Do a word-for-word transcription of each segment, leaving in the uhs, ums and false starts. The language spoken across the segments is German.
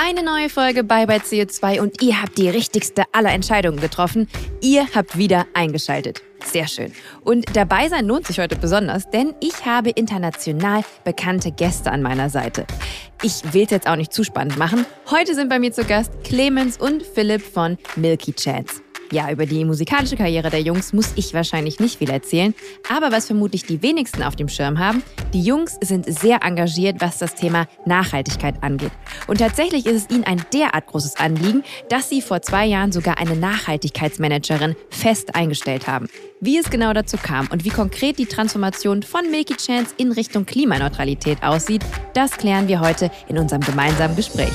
Eine neue Folge Bye Bye C O zwei und ihr habt die richtigste aller Entscheidungen getroffen. Ihr habt wieder eingeschaltet. Sehr schön. Und dabei sein lohnt sich heute besonders, denn ich habe international bekannte Gäste an meiner Seite. Ich will es jetzt auch nicht zu spannend machen. Heute sind bei mir zu Gast Clemens und Philipp von Milky Chance. Ja, über die musikalische Karriere der Jungs muss ich wahrscheinlich nicht viel erzählen. Aber was vermutlich die wenigsten auf dem Schirm haben, die Jungs sind sehr engagiert, was das Thema Nachhaltigkeit angeht. Und tatsächlich ist es ihnen ein derart großes Anliegen, dass sie vor zwei Jahren sogar eine Nachhaltigkeitsmanagerin fest eingestellt haben. Wie es genau dazu kam und wie konkret die Transformation von Milky Chance in Richtung Klimaneutralität aussieht, das klären wir heute in unserem gemeinsamen Gespräch.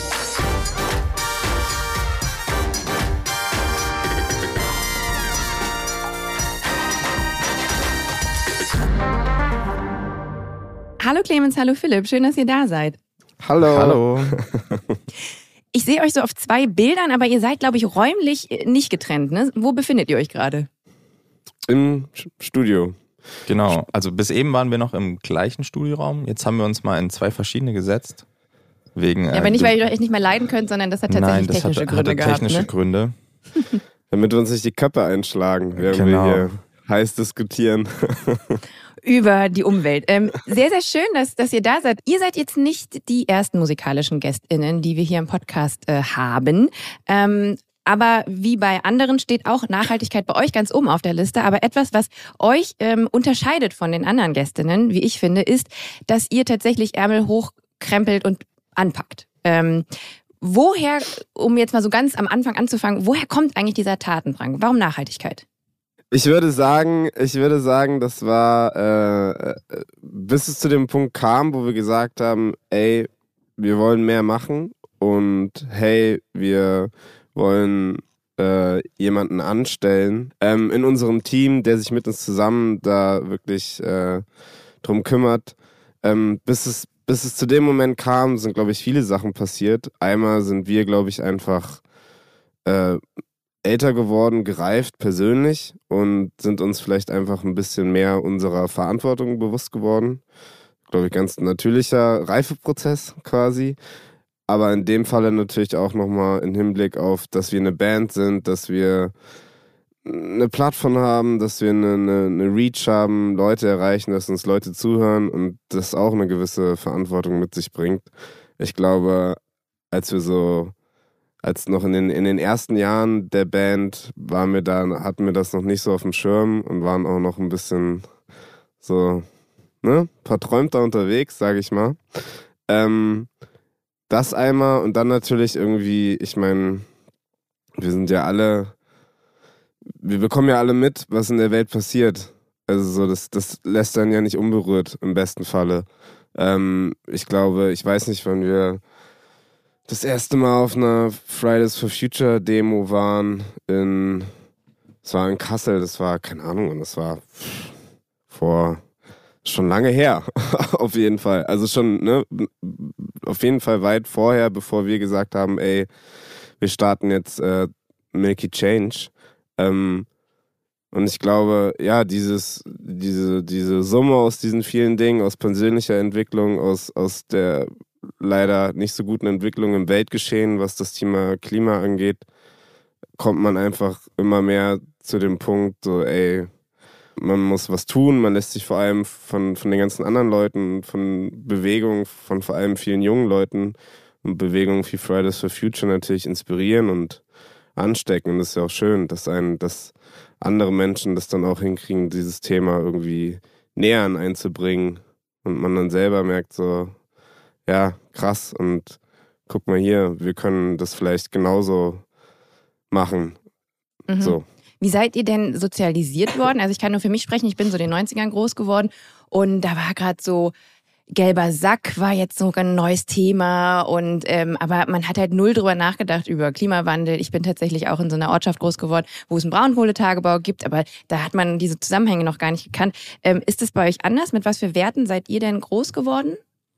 Hallo Clemens, hallo Philipp, schön, dass ihr da seid. Hallo. Hallo. Ich sehe euch so auf zwei Bildern, aber ihr seid, glaube ich, räumlich nicht getrennt, ne? Wo befindet ihr euch gerade? Im Studio. Genau, also bis eben waren wir noch im gleichen Studioraum. Jetzt haben wir uns mal in zwei verschiedene gesetzt. Wegen, ja, aber nicht, weil ihr euch echt nicht mehr leiden könnt, sondern das hat tatsächlich Nein, das technische hatte, Gründe hatte gehabt. technische ne? Gründe. Damit wir uns nicht die Köpfe einschlagen, während Genau. wir hier heiß diskutieren. Über die Umwelt. Ähm, sehr, sehr schön, dass, dass ihr da seid. Ihr seid jetzt nicht die ersten musikalischen GästInnen, die wir hier im Podcast äh, haben. Ähm, aber wie bei anderen steht auch Nachhaltigkeit bei euch ganz oben auf der Liste. Aber etwas, was euch ähm, unterscheidet von den anderen GästInnen, wie ich finde, ist, dass ihr tatsächlich Ärmel hochkrempelt und anpackt. Ähm, woher, um jetzt mal so ganz am Anfang anzufangen, woher kommt eigentlich dieser Tatendrang? Warum Nachhaltigkeit? Ich würde sagen, ich würde sagen, das war, äh, bis es zu dem Punkt kam, wo wir gesagt haben, ey, wir wollen mehr machen und hey, wir wollen äh, jemanden anstellen ähm, in unserem Team, der sich mit uns zusammen da wirklich äh, drum kümmert. Ähm, bis es, bis es zu dem Moment kam, sind, glaube ich, viele Sachen passiert. Einmal sind wir, glaube ich, einfach äh, älter geworden, gereift persönlich und sind uns vielleicht einfach ein bisschen mehr unserer Verantwortung bewusst geworden. Glaube ich, ganz natürlicher Reifeprozess quasi. Aber in dem Falle natürlich auch nochmal im Hinblick auf, dass wir eine Band sind, dass wir eine Plattform haben, dass wir eine, eine, eine Reach haben, Leute erreichen, dass uns Leute zuhören und das auch eine gewisse Verantwortung mit sich bringt. Ich glaube, als wir so Als noch in den, in den ersten Jahren der Band waren wir da, hatten wir das noch nicht so auf dem Schirm und waren auch noch ein bisschen so, ne, verträumter unterwegs, sage ich mal. Ähm, das einmal und dann natürlich irgendwie, ich meine, wir sind ja alle, wir bekommen ja alle mit, was in der Welt passiert. Also so, das, das lässt dann ja nicht unberührt, im besten Falle. Ähm, ich glaube, ich weiß nicht, wann wir das erste Mal auf einer Fridays for Future Demo waren in, das war in Kassel, das war, keine Ahnung, und das war vor, schon lange her, auf jeden Fall. Also schon, ne, auf jeden Fall weit vorher, bevor wir gesagt haben, ey, wir starten jetzt äh, Milky Change. Ähm, und ich glaube, ja, dieses, diese, diese Summe aus diesen vielen Dingen, aus persönlicher Entwicklung, aus, aus der leider nicht so guten Entwicklung im Weltgeschehen, was das Thema Klima angeht, kommt man einfach immer mehr zu dem Punkt, so ey, man muss was tun, man lässt sich vor allem von, von den ganzen anderen Leuten, von Bewegungen, von vor allem vielen jungen Leuten und Bewegungen wie Fridays for Future natürlich inspirieren und anstecken. Und das ist ja auch schön, dass einen, dass andere Menschen das dann auch hinkriegen, dieses Thema irgendwie näher an einzubringen und man dann selber merkt so, ja, krass und guck mal hier, wir können das vielleicht genauso machen. Mhm. So. Wie seid ihr denn sozialisiert worden? Also ich kann nur für mich sprechen, ich bin so in den neunzigern groß geworden und da war gerade so, gelber Sack war jetzt so ein neues Thema und ähm, aber man hat halt null drüber nachgedacht über Klimawandel. Ich bin tatsächlich auch in so einer Ortschaft groß geworden, wo es einen Braunkohletagebau gibt, aber da hat man diese Zusammenhänge noch gar nicht gekannt. Ähm, ist das bei euch anders? Mit was für Werten seid ihr denn groß geworden?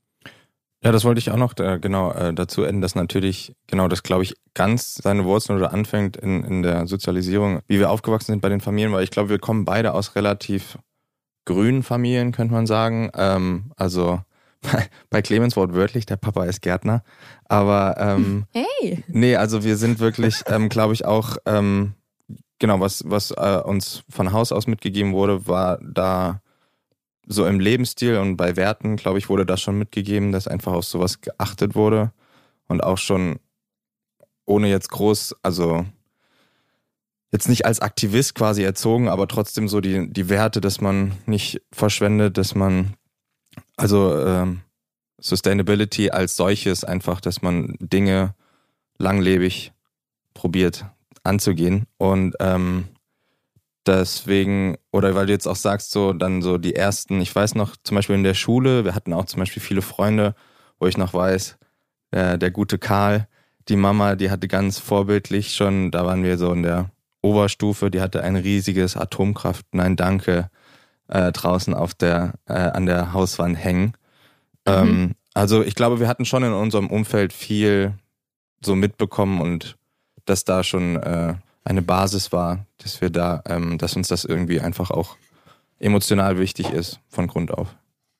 Ja, das wollte ich auch noch da, genau äh, dazu enden, dass natürlich genau das, glaube ich, ganz seine Wurzeln oder anfängt in, in der Sozialisierung, wie wir aufgewachsen sind bei den Familien, weil ich glaube, wir kommen beide aus relativ grünen Familien, könnte man sagen. Ähm, also bei, bei Clemens wortwörtlich, der Papa ist Gärtner. Aber ähm, hey. nee, also wir sind wirklich, ähm, glaube ich, auch, ähm, genau, was, was äh, uns von Haus aus mitgegeben wurde, war da so im Lebensstil und bei Werten, glaube ich, wurde das schon mitgegeben, dass einfach auf sowas geachtet wurde und auch schon ohne jetzt groß, also jetzt nicht als Aktivist quasi erzogen, aber trotzdem so die, die Werte, dass man nicht verschwendet, dass man, also ähm, Sustainability als solches einfach, dass man Dinge langlebig probiert anzugehen und ähm, deswegen, oder weil du jetzt auch sagst, so dann so die ersten, ich weiß noch, zum Beispiel in der Schule, wir hatten auch zum Beispiel viele Freunde, wo ich noch weiß, der, der gute Karl, die Mama, die hatte ganz vorbildlich schon, da waren wir so in der Oberstufe, die hatte ein riesiges Atomkraft, nein danke, äh, draußen auf der, äh, an der Hauswand hängen. Mhm. Ähm, also ich glaube, wir hatten schon in unserem Umfeld viel so mitbekommen und dass da schon äh, eine Basis war, dass wir da, ähm, dass uns das irgendwie einfach auch emotional wichtig ist von Grund auf.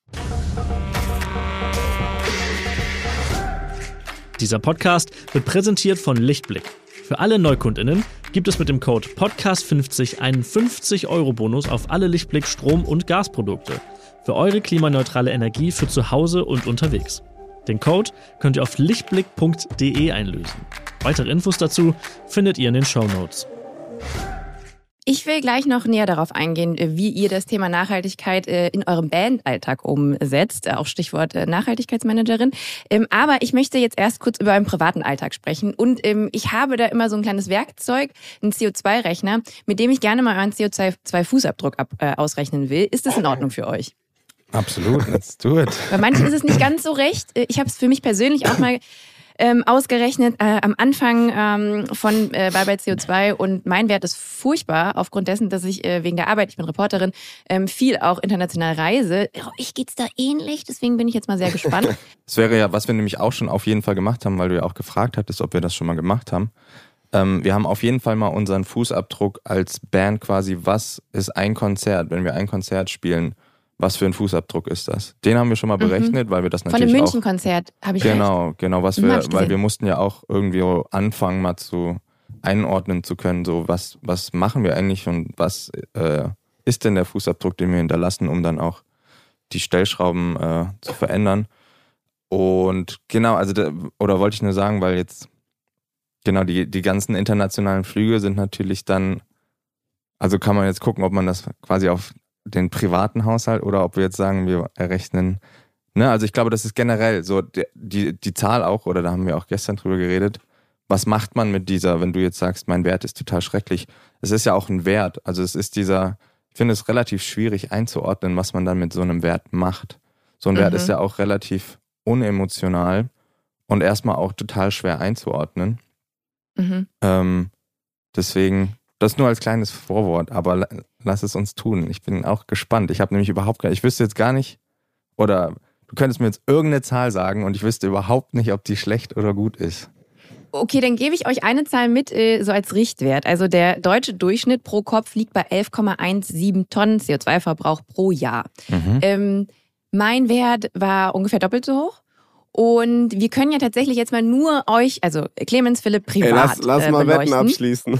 Dieser Podcast wird präsentiert von Lichtblick. Für alle NeukundInnen gibt es mit dem Code Podcast fünfzig einen fünfzig Euro Bonus auf alle Lichtblick Strom- und Gasprodukte. Für eure klimaneutrale Energie für zu Hause und unterwegs. Den Code könnt ihr auf lichtblick punkt de einlösen. Weitere Infos dazu findet ihr in den Shownotes. Ich will gleich noch näher darauf eingehen, wie ihr das Thema Nachhaltigkeit in eurem Bandalltag umsetzt, auch Stichwort Nachhaltigkeitsmanagerin. Aber ich möchte jetzt erst kurz über euren privaten Alltag sprechen. Und ich habe da immer so ein kleines Werkzeug, einen C O zwei Rechner, mit dem ich gerne mal euren C O zwei Fußabdruck ausrechnen will. Ist das in Ordnung für euch? Absolut, let's do it. Bei manchen ist es nicht ganz so recht. Ich habe es für mich persönlich auch mal Ähm, ausgerechnet äh, am Anfang ähm, von äh, Bye Bye C O zwei und mein Wert ist furchtbar aufgrund dessen, dass ich äh, wegen der Arbeit, ich bin Reporterin, ähm, viel auch international reise. Oh, ich geht's da ähnlich, deswegen bin ich jetzt mal sehr gespannt. Das wäre ja, was wir nämlich auch schon auf jeden Fall gemacht haben, weil du ja auch gefragt hattest, ob wir das schon mal gemacht haben. Ähm, wir haben auf jeden Fall mal unseren Fußabdruck als Band quasi, was ist ein Konzert, wenn wir ein Konzert spielen, was für ein Fußabdruck ist das? Den haben wir schon mal berechnet, mhm. weil wir das natürlich Von dem auch... München-Konzert habe ich Genau, recht. genau, was wir, weil wir mussten ja auch irgendwie anfangen, mal zu einordnen zu können, so was, was machen wir eigentlich und was äh, ist denn der Fußabdruck, den wir hinterlassen, um dann auch die Stellschrauben äh, zu verändern. Und genau, also, da, oder wollte ich nur sagen, weil jetzt, genau, die, die ganzen internationalen Flüge sind natürlich dann, also kann man jetzt gucken, ob man das quasi auf den privaten Haushalt oder ob wir jetzt sagen, wir errechnen, ne, also ich glaube, das ist generell so die, die, die Zahl auch, oder da haben wir auch gestern drüber geredet, was macht man mit dieser, wenn du jetzt sagst, mein Wert ist total schrecklich, es ist ja auch ein Wert, also es ist dieser, ich finde es relativ schwierig einzuordnen, was man dann mit so einem Wert macht. So ein mhm. Wert ist ja auch relativ unemotional und erstmal auch total schwer einzuordnen. Mhm. Ähm, deswegen, das nur als kleines Vorwort, aber lass es uns tun. Ich bin auch gespannt. Ich habe nämlich überhaupt gar, ich wüsste jetzt gar nicht, oder du könntest mir jetzt irgendeine Zahl sagen und ich wüsste überhaupt nicht, ob die schlecht oder gut ist. Okay, dann gebe ich euch eine Zahl mit, äh, so als Richtwert. Also der deutsche Durchschnitt pro Kopf liegt bei elf Komma siebzehn Tonnen C O zwei Verbrauch pro Jahr. Mhm. Ähm, mein Wert war ungefähr doppelt so hoch. Und wir können ja tatsächlich jetzt mal nur euch, also Clemens, Philipp, privat Ey, lass, lass äh, mal beleuchten. Wetten abschließen.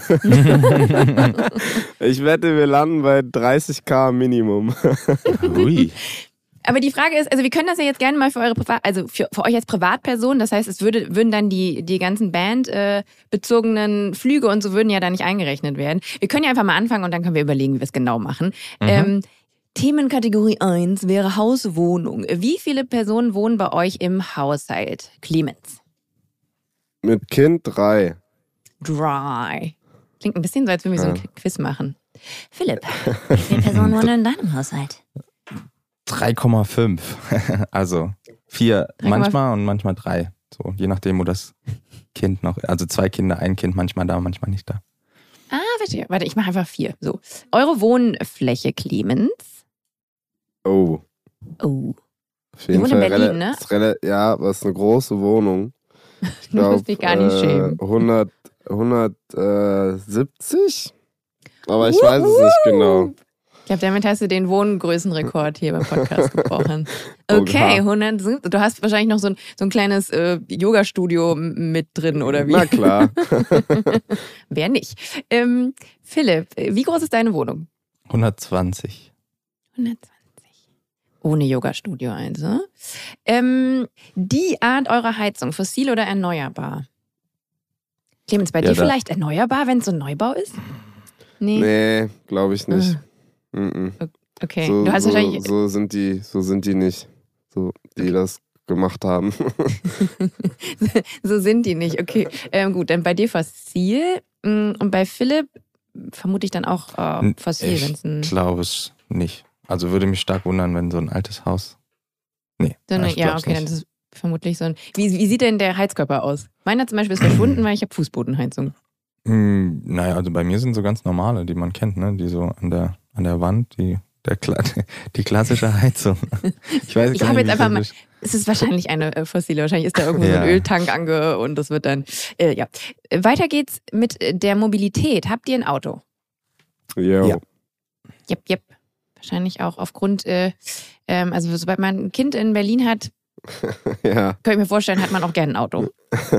Ich wette, wir landen bei dreißig K Minimum. Ui. Aber die Frage ist, also wir können das ja jetzt gerne mal für eure Privat, also für, für euch als Privatperson, das heißt, es würde, würden dann die, die ganzen bandbezogenen äh, Flüge und so würden ja da nicht eingerechnet werden. Wir können ja einfach mal anfangen und dann können wir überlegen, wie wir es genau machen. Mhm. Ähm, Themenkategorie eins wäre Hauswohnung. Wie viele Personen wohnen bei euch im Haushalt? Clemens. Mit Kind drei. Dry. Klingt ein bisschen so, als würden wir so ein ja. Quiz machen. Philipp, wie viele Personen wohnen in deinem Haushalt? drei Komma fünf. Also vier manchmal und manchmal drei. So, je nachdem, wo das Kind noch, also zwei Kinder, ein Kind, manchmal da, manchmal nicht da. Ah, verstehe. Warte, ich mache einfach vier. So. Eure Wohnfläche, Clemens? Oh. Oh. Auf jeden Fall in Berlin, ne? Rel- ja, aber es ist eine große Wohnung. Ich glaube, du musst dich gar nicht äh, schämen. hundert, hundertsiebzig? Aber ich uh, weiß es nicht genau. Ich glaube, damit hast du den Wohngrößenrekord hier beim Podcast gebrochen. Okay, hundert. Du hast wahrscheinlich noch so ein, so ein kleines äh, Yoga-Studio mit drin, oder wie? Na klar. Wer nicht? Ähm, Philipp, wie groß ist deine Wohnung? hundertzwanzig. hundertzwanzig. Ohne Yoga-Studio also. Ähm, die Art eurer Heizung, fossil oder erneuerbar? Clemens, bei Ja, dir da- vielleicht erneuerbar, wenn es so ein Neubau ist? Nee. Nee, glaube ich nicht. Ah. Mhm. Okay, So, du hast so, wahrscheinlich... so sind die, so sind die nicht. So, die das gemacht haben. So sind die nicht, okay. Ähm, gut, dann bei dir fossil mm, und bei Philipp vermute ich dann auch äh, fossil, wenn es ein... Ich glaube es nicht. Also würde mich stark wundern, wenn so ein altes Haus. Nee. So eine, ich ja, glaub's okay, dann nicht. ist es vermutlich so ein... Wie, wie sieht denn der Heizkörper aus? Meiner zum Beispiel ist verschwunden, weil ich habe Fußbodenheizung. Hm, naja, also bei mir sind so ganz normale, die man kennt, ne? Die so an der, an der Wand, die, der, Kla- die klassische Heizung. Ich weiß Ich gar habe nicht, jetzt wie einfach das mal... Es ist wahrscheinlich eine äh, fossile. Wahrscheinlich ist da irgendwo so Ja. ein Öltank ange und das wird dann... Äh, ja. Äh, Weiter geht's mit äh, der Mobilität. Habt ihr ein Auto? Jo. Ja. Jep, jep. Wahrscheinlich auch aufgrund... Äh, ähm, also sobald man ein Kind in Berlin hat, Ja. kann ich mir vorstellen, hat man auch gerne ein Auto.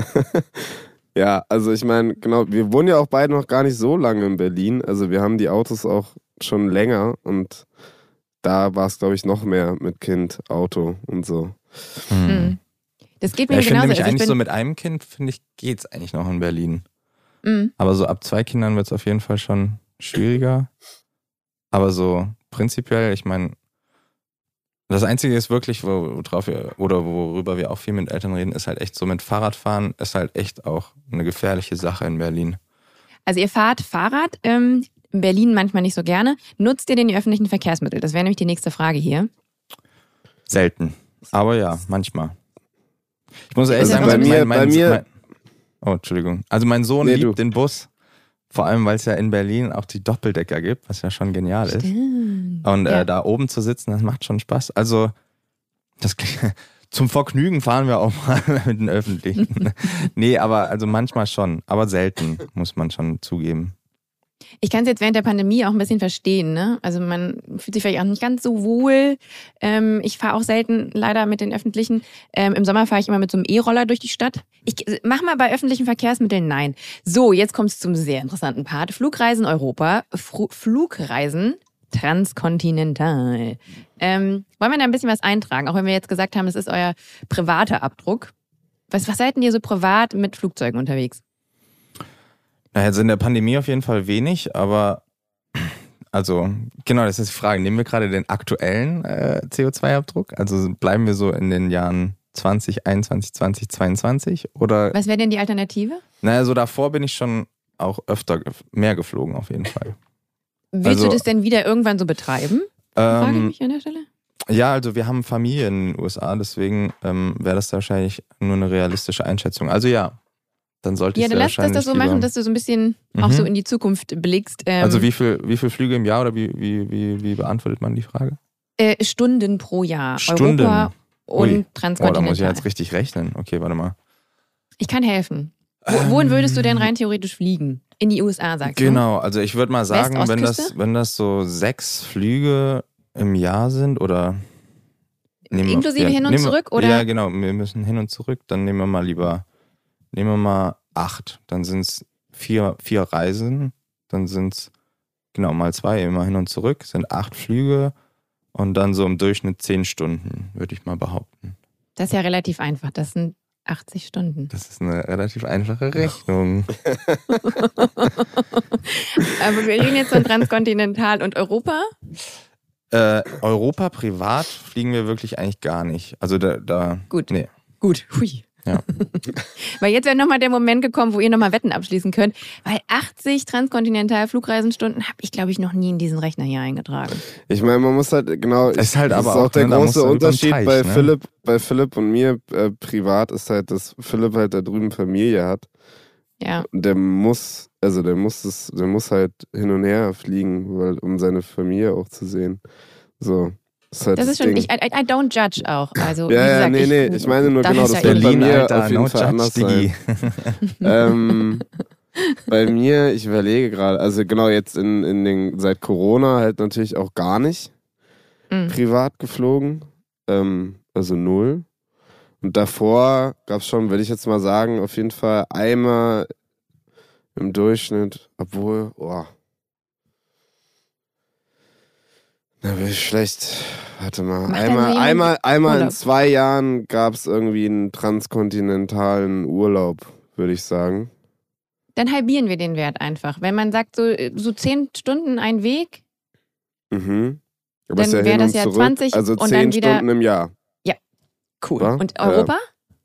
Ja, also ich meine, genau, wir wohnen ja auch beide noch gar nicht so lange in Berlin. Also wir haben die Autos auch schon länger und da war es, glaube ich, noch mehr mit Kind, Auto und so. Hm. Mhm. Das geht mir Ja, ich finde genauso. nämlich Also ich eigentlich bin, so mit einem Kind, finde ich, geht's eigentlich noch in Berlin. Mhm. Aber so ab zwei Kindern wird es auf jeden Fall schon schwieriger. Aber so prinzipiell, ich meine, das Einzige ist wirklich, worauf wir, oder worüber wir auch viel mit Eltern reden, ist halt echt so mit Fahrradfahren, ist halt echt auch eine gefährliche Sache in Berlin. Also ihr fahrt Fahrrad, ähm, in Berlin manchmal nicht so gerne. Nutzt ihr denn die öffentlichen Verkehrsmittel? Das wäre nämlich die nächste Frage hier. Selten. Aber ja, manchmal. Ich muss ehrlich Also sagen, bei mein, mir- mein, bei mir- mein, oh, Entschuldigung. Also mein Sohn Nee, liebt du. den Bus, vor allem weil es ja in Berlin auch die Doppeldecker gibt, was ja schon genial ist. Stimmt. Und Ja. äh, da oben zu sitzen, das macht schon Spaß. Also das, zum Vergnügen fahren wir auch mal mit den Öffentlichen. Nee, aber also manchmal schon, aber selten, muss man schon zugeben. Ich kann es jetzt während der Pandemie auch ein bisschen verstehen. Ne? Also man fühlt sich vielleicht auch nicht ganz so wohl. Ähm, ich fahre auch selten leider mit den Öffentlichen. Ähm, Im Sommer fahre ich immer mit so einem E-Roller durch die Stadt. Ich mach mal bei öffentlichen Verkehrsmitteln nein. So, jetzt kommt es zum sehr interessanten Part. Flugreisen Europa, Fru- Flugreisen transkontinental. Ähm, wollen wir da ein bisschen was eintragen? Auch wenn wir jetzt gesagt haben, das ist euer privater Abdruck. Was, was seid denn ihr so privat mit Flugzeugen unterwegs? Naja, also in der Pandemie auf jeden Fall wenig, aber also genau, das ist die Frage. Nehmen wir gerade den aktuellen äh, C O zwei Abdruck? Also bleiben wir so in den Jahren zwanzig einundzwanzig, zwanzig zweiundzwanzig oder? Was wäre denn die Alternative? Naja, so davor bin ich schon auch öfter gef- mehr geflogen auf jeden Fall. Willst Also- du das denn wieder irgendwann so betreiben? Frage ich Ähm, mich an der Stelle. ja, also wir haben Familie in den U S A, deswegen ähm, wäre das wahrscheinlich nur eine realistische Einschätzung. Also ja, dann sollte Ja, ich dann lass das doch so lieber... machen, dass du so ein bisschen Mhm. auch so in die Zukunft blickst. Ähm, Also wie viel, wie viel Flüge im Jahr oder wie, wie, wie, wie beantwortet man die Frage? äh, Stunden pro Jahr. Stunden? Europa und Ui. Oh, da transkontinental. muss ich jetzt richtig rechnen. Okay, warte mal. Ich kann helfen. Wo, wohin würdest du denn rein theoretisch fliegen? In die U S A, sagst du? Genau, also ich würde mal sagen, West, wenn das, Ostküste? wenn das so sechs Flüge im Jahr sind oder... nehmen wir- Inklusive ja, hin und nehmen wir- zurück, oder? Ja, genau, wir müssen hin und zurück, dann nehmen wir mal lieber, nehmen wir mal acht, dann sind es vier, vier Reisen, dann sind es, genau, mal zwei, immer hin und zurück, sind acht Flüge und dann so im Durchschnitt zehn Stunden, würde ich mal behaupten. Das ist ja relativ einfach. Das sind achtzig Stunden. Das ist eine relativ einfache Rechnung. Aber wir reden jetzt von transkontinental und Europa. Äh, Europa privat fliegen wir wirklich eigentlich gar nicht. Also da, da Gut. nee. Gut, hui. Ja. Weil jetzt wäre nochmal der Moment gekommen, wo ihr nochmal Wetten abschließen könnt. Weil achtzig transkontinental Flugreisenstunden habe ich, glaube ich, noch nie in diesen Rechner hier eingetragen. Ich meine, man muss halt, genau, Das ist halt das aber ist auch, auch der ne, da musst große du über den Unterschied Teich, bei ne? Philipp, bei Philipp und mir äh, privat ist halt, dass Philipp halt da drüben Familie hat. Ja. Und der muss, also der muss es, der muss halt hin und her fliegen, weil, um seine Familie auch zu sehen. So. Das ist, halt Das das ist schon, Ding. ich, I, I don't judge auch. Also, wie Ja, ja, gesagt, nee, ich, nee, ich meine nur darf genau, es das ja wird eh bei nicht. mir Alter, auf jeden no Fall judge, anders Digi. ähm, Bei mir, ich überlege gerade, also genau jetzt in, in den, seit Corona halt natürlich auch gar nicht Mhm. privat geflogen, ähm, also null. Und davor gab es schon, würde ich jetzt mal sagen, auf jeden Fall einmal im Durchschnitt, obwohl, oh. Na, will ich schlecht. Warte mal. Macht da Einmal, so jemand einmal, einmal in Urlaub? zwei Jahren gab es irgendwie einen transkontinentalen Urlaub, würde ich sagen. Dann halbieren wir den Wert einfach. Wenn man sagt, so, so zehn Stunden ein Weg, Mhm. Aber Dann ist ja wär hin das und ja zurück, zwanzig also und zehn dann wieder- Stunden im Jahr. cool. Wa? Und Ja. Europa?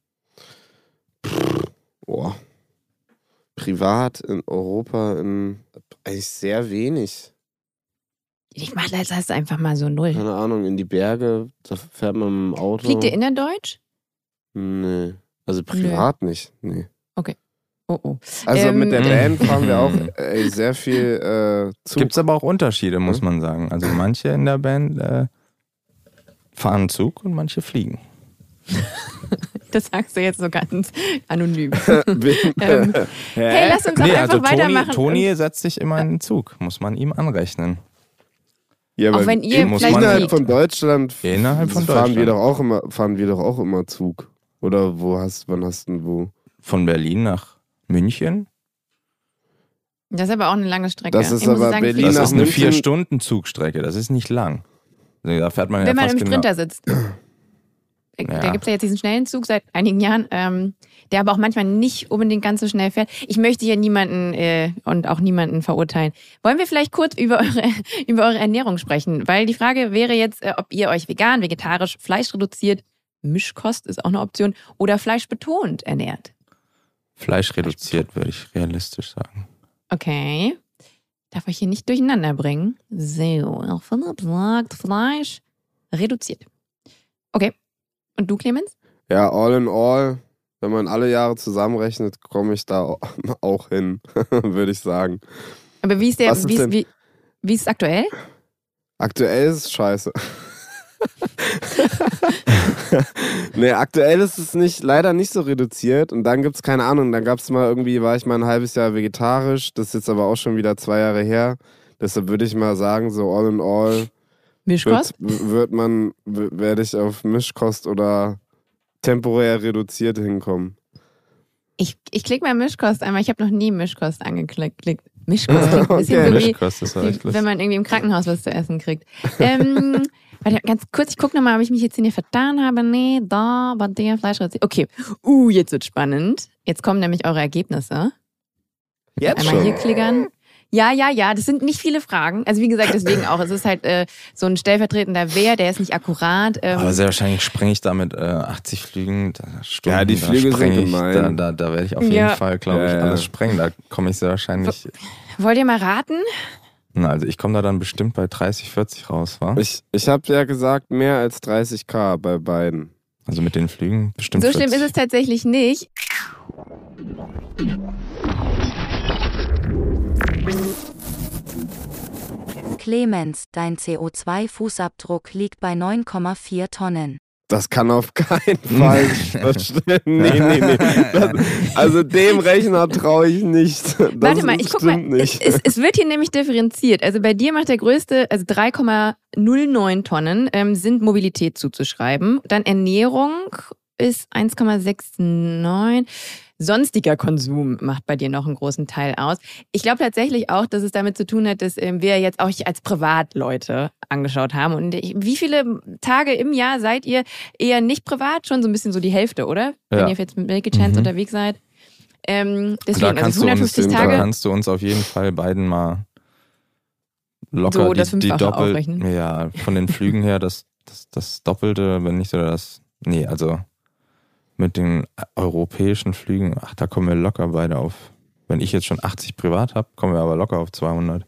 Boah. Privat in Europa in eigentlich sehr wenig. Ich mach das heißt einfach mal so null. Keine Ahnung, in die Berge, da fährt man mit dem Auto. Fliegt ihr innerdeutsch? Nee. Also privat nicht. Nee. Oh, oh. Also Ähm, mit der Mhm. Band fahren wir auch ey, sehr viel äh, Zug. Gibt es aber auch Unterschiede, muss Hm? man sagen. Also manche in der Band äh, fahren Zug und manche fliegen. Das sagst du jetzt so ganz anonym. Bin- ähm, hey, lass uns doch Nee, einfach also Toni, weitermachen. Toni setzt sich immer in den Zug, muss man ihm anrechnen. ja, Auch aber wenn ihr muss vielleicht man- innerhalb fliegt. von Deutschland Innerhalb von fahren wir Deutschland. doch auch immer fahren wir doch auch immer Zug. Oder wo hast wann hast du denn wo? Von Berlin nach München. Das ist aber auch eine lange Strecke. Das ist Ich muss aber sagen, Berlin Das nach ist eine München- vier Stunden Zugstrecke, das ist nicht lang. Also da fährt man ja wenn man fast im genau. Sprinter sitzt. Da Ja. gibt es ja jetzt diesen schnellen Zug seit einigen Jahren, ähm, der aber auch manchmal nicht unbedingt ganz so schnell fährt. Ich möchte hier niemanden äh, und auch niemanden verurteilen. Wollen wir vielleicht kurz über eure, über eure Ernährung sprechen? Weil die Frage wäre jetzt, äh, ob ihr euch vegan, vegetarisch, fleischreduziert, Mischkost ist auch eine Option, oder fleischbetont ernährt. Fleisch reduziert, würde ich realistisch sagen. Okay. Darf euch hier nicht durcheinander bringen. So, auch Philipp sagt Fleisch reduziert. Okay. Und du, Clemens? Ja, all in all, wenn man alle Jahre zusammenrechnet, komme ich da auch hin, würde ich sagen. Aber wie ist der, Was ist wie ist, denn- wie, wie ist es aktuell? Aktuell ist es scheiße. Nee, aktuell ist es nicht, leider nicht so reduziert. Und dann gibt es keine Ahnung, dann gab es mal irgendwie, war ich mal ein halbes Jahr vegetarisch. Das ist jetzt aber auch schon wieder zwei Jahre her. Deshalb würde ich mal sagen, so all in all Mischkost? wird, wird man, werde ich auf Mischkost oder temporär reduziert hinkommen. Ich, ich klicke mal Mischkost einmal. Ich habe noch nie Mischkost angeklickt. Mischkost klingt ein bisschen Okay. so wie, Mischkost ist ja echt wie lustig. wenn man irgendwie im Krankenhaus was zu essen kriegt. Ähm, warte, ganz kurz, ich gucke nochmal, ob ich mich jetzt hier vertan habe. Nee, da, bei der Fleisch. Okay. Uh, jetzt wird spannend. Jetzt kommen nämlich eure Ergebnisse. Jetzt Einmal schon. hier klickern. Ja, ja, ja, das sind nicht viele Fragen. Also wie gesagt, deswegen auch. Es ist halt äh, so ein stellvertretender Wer, der ist nicht akkurat. Ähm, Aber sehr wahrscheinlich sprenge ich da mit äh, achtzig Flügen, da, Stunden, Ja, die da Flüge spreng sind ich, gemein. Da, da, da werde ich auf jeden Ja. Fall, glaube ich, Ja, ja. alles sprengen. Da komme ich sehr wahrscheinlich. wollt ihr mal raten? Na, also ich komme da dann bestimmt bei dreißig, vierzig raus, wa? Ich, ich habe ja gesagt, mehr als dreißig K bei beiden. Also mit den Flügen bestimmt So schlimm vierzig. ist es tatsächlich nicht. Clemens, dein C O zwei Fußabdruck liegt bei neun Komma vier Tonnen. Das kann auf keinen Fall stimmen. Nee, nee, nee. Das, also dem Rechner traue ich nicht. Das Warte mal, ist- ich guck mal. stimmt Es, nicht. es, es wird hier nämlich differenziert. Also bei dir macht der größte, also drei Komma null neun Tonnen ähm, sind Mobilität zuzuschreiben. Dann Ernährung ist eins Komma neunundsechzig. Sonstiger Konsum macht bei dir noch einen großen Teil aus. Ich glaube tatsächlich auch, dass es damit zu tun hat, dass ähm, wir jetzt auch als Privatleute angeschaut haben. Und ich, wie viele Tage im Jahr seid ihr eher nicht privat? Schon so ein bisschen so die Hälfte, oder? Wenn Ja. ihr jetzt mit Milky Chance Mhm. unterwegs seid. Ähm, deswegen, Da kannst, also du uns, hundertfünfzig da Tage. kannst du uns auf jeden Fall beiden mal locker So, das die, die Fünffache Doppel, aufrechnen. ja, von den Flügen her das, das, das Doppelte, wenn nicht sogar das, nee, also mit den europäischen Flügen, ach, da kommen wir locker beide auf. Wenn ich jetzt schon achtzig privat habe, kommen wir aber locker auf zweihundert.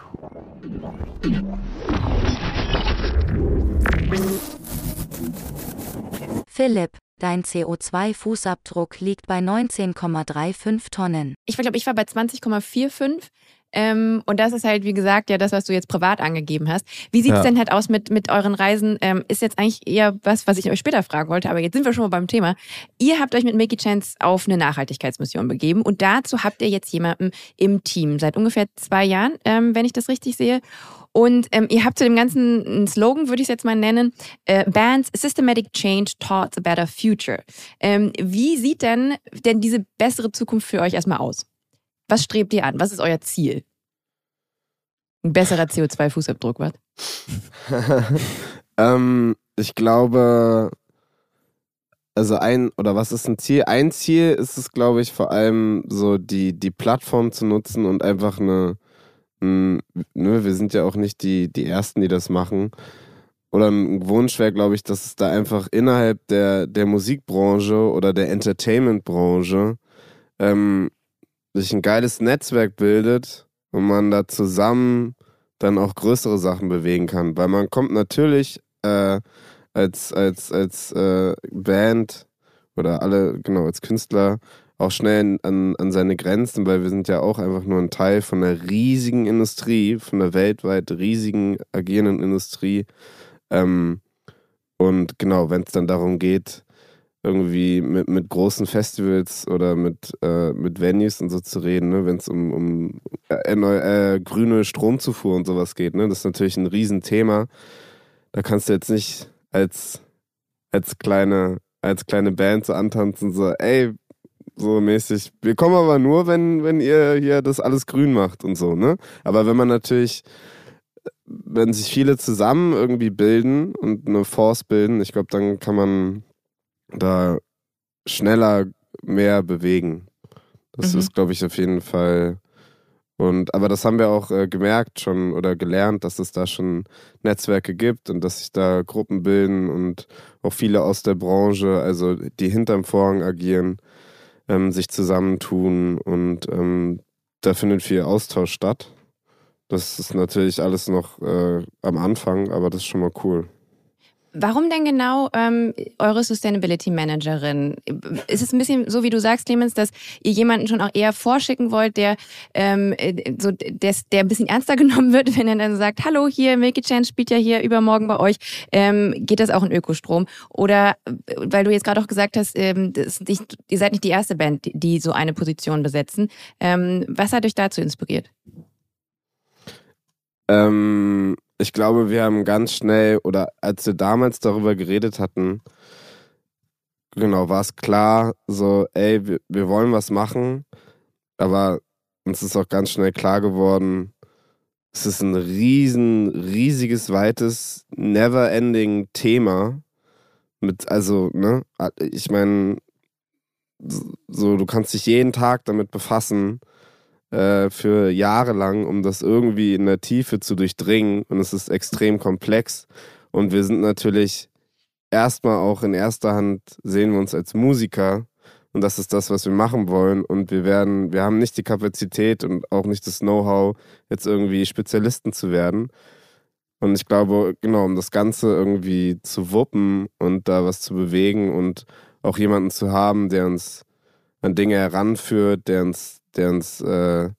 Philipp, dein C O zwei Fußabdruck liegt bei neunzehn Komma fünfunddreißig Tonnen. Ich glaube, ich war bei zwanzig Komma fünfundvierzig. Ähm, und das ist halt, wie gesagt, ja das, was du jetzt privat angegeben hast. Wie sieht es Ja. denn halt aus mit, mit euren Reisen? Ähm, ist jetzt eigentlich eher was, was ich euch später fragen wollte, aber jetzt sind wir schon mal beim Thema. Ihr habt euch mit Milky Chance auf eine Nachhaltigkeitsmission begeben und dazu habt ihr jetzt jemanden im Team, seit ungefähr zwei Jahren, ähm, wenn ich das richtig sehe. Und ähm, ihr habt zu dem ganzen einen Slogan, würde ich es jetzt mal nennen, äh, Bands Systematic Change Towards a Better Future. Ähm, wie sieht denn, denn diese bessere Zukunft für euch erstmal aus? Was strebt ihr an? Was ist euer Ziel? Ein besserer C O zwei Fußabdruck, was? ähm, ich glaube, also ein, oder was ist ein Ziel? Ein Ziel ist es, glaube ich, vor allem so die, die Plattform zu nutzen und einfach eine, ein, ne, wir sind ja auch nicht die, die Ersten, die das machen. Oder ein Wunsch wäre, glaube ich, dass es da einfach innerhalb der, der Musikbranche oder der Entertainmentbranche ähm, sich ein geiles Netzwerk bildet und man da zusammen dann auch größere Sachen bewegen kann. Weil man kommt natürlich äh, als, als, als äh, Band oder alle, genau, als Künstler auch schnell an, an seine Grenzen, weil wir sind ja auch einfach nur ein Teil von einer riesigen Industrie, von einer weltweit riesigen agierenden Industrie. Ähm, und genau, wenn es dann darum geht, irgendwie mit, mit großen Festivals oder mit, äh, mit Venues und so zu reden, ne? Wenn es um, um äh, äh, grüne Stromzufuhr und sowas geht, ne? Das ist natürlich ein Riesenthema. Da kannst du jetzt nicht als, als, kleine, als kleine Band so antanzen, so, ey, so mäßig, wir kommen aber nur, wenn, wenn ihr hier das alles grün macht und so, ne? Aber wenn man natürlich, wenn sich viele zusammen irgendwie bilden und eine Force bilden, ich glaube, dann kann man da schneller mehr bewegen. Das Mhm. ist, glaube ich, auf jeden Fall. Und aber das haben wir auch äh, gemerkt schon oder gelernt, dass es da schon Netzwerke gibt und dass sich da Gruppen bilden und auch viele aus der Branche, also die hinterm Vorhang agieren, ähm, sich zusammentun und ähm, da findet viel Austausch statt. Das ist natürlich alles noch äh, am Anfang, aber das ist schon mal cool. Warum denn genau ähm, eure Sustainability Managerin? Ist es ein bisschen so, wie du sagst, Clemens, dass ihr jemanden schon auch eher vorschicken wollt, der ähm, so der, der ein bisschen ernster genommen wird, wenn er dann sagt, hallo, hier, Milky Chance spielt ja hier übermorgen bei euch, ähm, geht das auch in Ökostrom? Oder, weil du jetzt gerade auch gesagt hast, ähm, das ist nicht, ihr seid nicht die erste Band, die, die so eine Position besetzen. Ähm, was hat euch dazu inspiriert? Ähm... Ich glaube, wir haben ganz schnell, oder als wir damals darüber geredet hatten, genau, war es klar, so, ey, wir, wir wollen was machen, aber uns ist auch ganz schnell klar geworden, es ist ein riesen, riesiges, weites, never-ending Thema. Mit, also, ne, ich meine, so, du kannst dich jeden Tag damit befassen, für Jahre lang, um das irgendwie in der Tiefe zu durchdringen, und es ist extrem komplex und wir sind natürlich erstmal auch in erster Hand, sehen wir uns als Musiker und das ist das, was wir machen wollen und wir werden, wir haben nicht die Kapazität und auch nicht das Know-how, jetzt irgendwie Spezialisten zu werden und ich glaube, genau, um das Ganze irgendwie zu wuppen und da was zu bewegen und auch jemanden zu haben, der uns an Dinge heranführt, der uns der uns äh,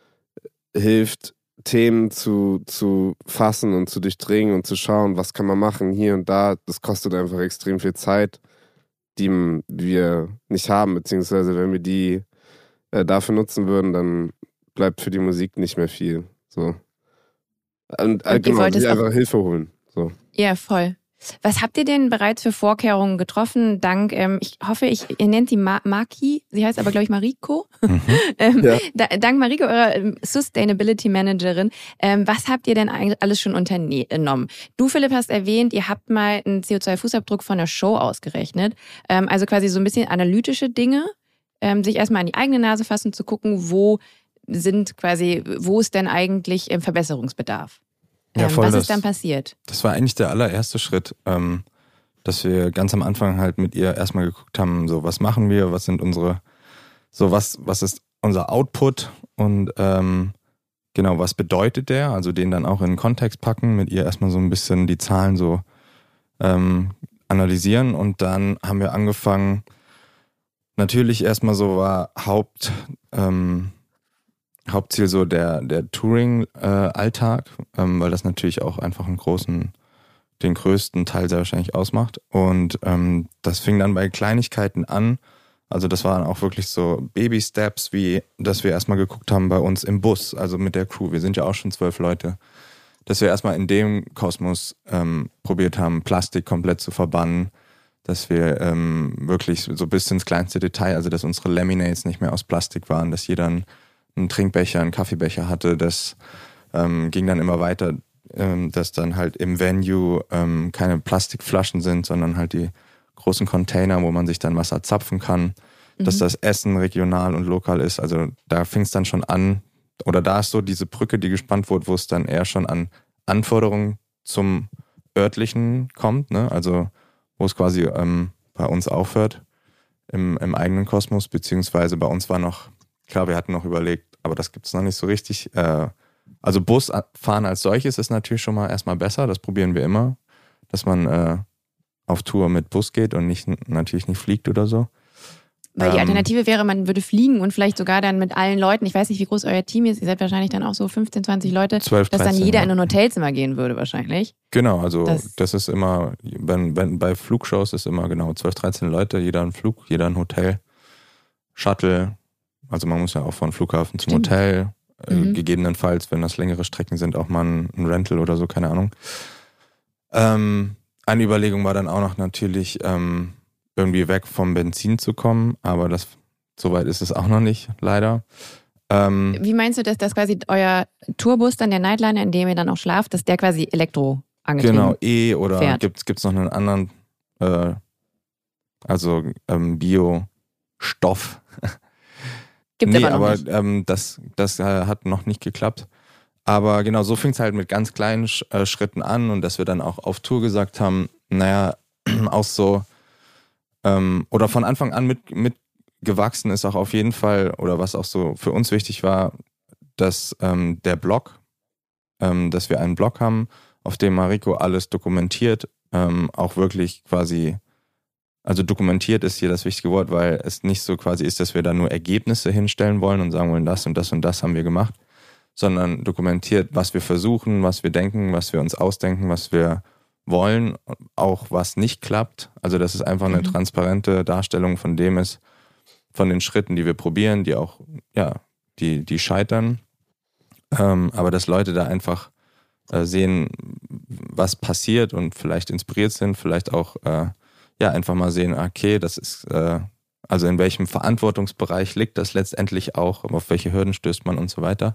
hilft, Themen zu, zu fassen und zu durchdringen und zu schauen, was kann man machen hier und da. Das kostet einfach extrem viel Zeit, die wir nicht haben, beziehungsweise wenn wir die äh, dafür nutzen würden, dann bleibt für die Musik nicht mehr viel. So. Und, äh, Und ihr genau, wollt es sich auch- einfach Hilfe holen. So. Ja, voll. Was habt ihr denn bereits für Vorkehrungen getroffen? Dank, ähm, ich hoffe, ich, ihr nennt sie Ma- Maki, sie heißt aber, glaube ich, Mariko. Mhm. ähm, Ja. da, dank Mariko, eurer ähm, Sustainability Managerin, ähm, was habt ihr denn eigentlich alles schon unternommen? Du, Philipp, hast erwähnt, ihr habt mal einen C O zwei Fußabdruck von der Show ausgerechnet. Ähm, also quasi so ein bisschen analytische Dinge, ähm, sich erstmal an die eigene Nase fassen, zu gucken, wo sind quasi, wo ist denn eigentlich ähm, Verbesserungsbedarf? Ja, Ähm, voll, was das- ist dann passiert? Das war eigentlich der allererste Schritt, ähm, dass wir ganz am Anfang halt mit ihr erstmal geguckt haben, so was machen wir, was sind unsere, so was, was ist unser Output und ähm, genau, was bedeutet der, also den dann auch in den Kontext packen, mit ihr erstmal so ein bisschen die Zahlen so ähm, analysieren und dann haben wir angefangen, natürlich erstmal so war Haupt, ähm, Hauptziel so der, der Touring-Alltag, äh, ähm, weil das natürlich auch einfach einen großen, den größten Teil sehr wahrscheinlich ausmacht. Und ähm, das fing dann bei Kleinigkeiten an. Also das waren auch wirklich so Baby-Steps, wie dass wir erstmal geguckt haben bei uns im Bus, also mit der Crew. Wir sind ja auch schon zwölf Leute. Dass wir erstmal in dem Kosmos ähm, probiert haben, Plastik komplett zu verbannen. Dass wir ähm, wirklich so bis ins kleinste Detail, also dass unsere Laminates nicht mehr aus Plastik waren, dass jeder einen, einen Trinkbecher, einen Kaffeebecher hatte. Das ähm, ging dann immer weiter, ähm, dass dann halt im Venue ähm, keine Plastikflaschen sind, sondern halt die großen Container, wo man sich dann Wasser zapfen kann, mhm. dass das Essen regional und lokal ist. Also da fing es dann schon an, oder da ist so diese Brücke, die gespannt wurde, wo es dann eher schon an Anforderungen zum Örtlichen kommt, ne? Also wo es quasi ähm, bei uns aufhört im, im eigenen Kosmos, beziehungsweise bei uns war noch, klar, wir hatten noch überlegt, aber das gibt es noch nicht so richtig. Äh, also Busfahren als solches ist natürlich schon mal erstmal besser, das probieren wir immer, dass man äh, auf Tour mit Bus geht und nicht natürlich nicht fliegt oder so. Weil die Ähm, Alternative wäre, man würde fliegen und vielleicht sogar dann mit allen Leuten, ich weiß nicht, wie groß euer Team ist, ihr seid wahrscheinlich dann auch so fünfzehn, zwanzig Leute, zwölf, dass dann dreizehn, jeder ja. in ein Hotelzimmer gehen würde wahrscheinlich. Genau, also Das- das, ist immer, wenn, wenn bei Flugshows ist immer genau zwölf, dreizehn Leute, jeder ein Flug, jeder ein Hotel, Shuttle, also man muss ja auch von Flughafen zum Stimmt. Hotel, äh, Mhm. gegebenenfalls, wenn das längere Strecken sind, auch mal ein, ein Rental oder so, keine Ahnung. Ähm, eine Überlegung war dann auch noch natürlich, ähm, irgendwie weg vom Benzin zu kommen, aber das soweit ist es auch noch nicht, leider. Ähm, Wie meinst du, dass das quasi euer Tourbus, dann der Nightliner, in dem ihr dann auch schlaft, dass der quasi Elektro angetrieben Genau, E oder fährt. gibt es noch einen anderen, äh, also ähm, Biostoff. Gibt nee, aber noch aber nicht. ähm, das, das äh, hat noch nicht geklappt. Aber genau, so fing es halt mit ganz kleinen Sch äh, Schritten an und dass wir dann auch auf Tour gesagt haben, naja, auch so, ähm, oder von Anfang an mit, mitgewachsen ist auch auf jeden Fall, oder was auch so für uns wichtig war, dass ähm, der Blog, ähm, dass wir einen Blog haben, auf dem Mariko alles dokumentiert, ähm, auch wirklich quasi, also dokumentiert ist hier das wichtige Wort, weil es nicht so quasi ist, dass wir da nur Ergebnisse hinstellen wollen und sagen wollen, das und das und das haben wir gemacht, sondern dokumentiert, was wir versuchen, was wir denken, was wir uns ausdenken, was wir wollen, auch was nicht klappt. Also dass es einfach eine Mhm. transparente Darstellung von dem ist, von den Schritten, die wir probieren, die auch, ja, die, die scheitern. Ähm, aber dass Leute da einfach äh, sehen, was passiert und vielleicht inspiriert sind, vielleicht auch äh, ja einfach mal sehen, okay, das ist, äh, also in welchem Verantwortungsbereich liegt das letztendlich auch, auf welche Hürden stößt man und so weiter.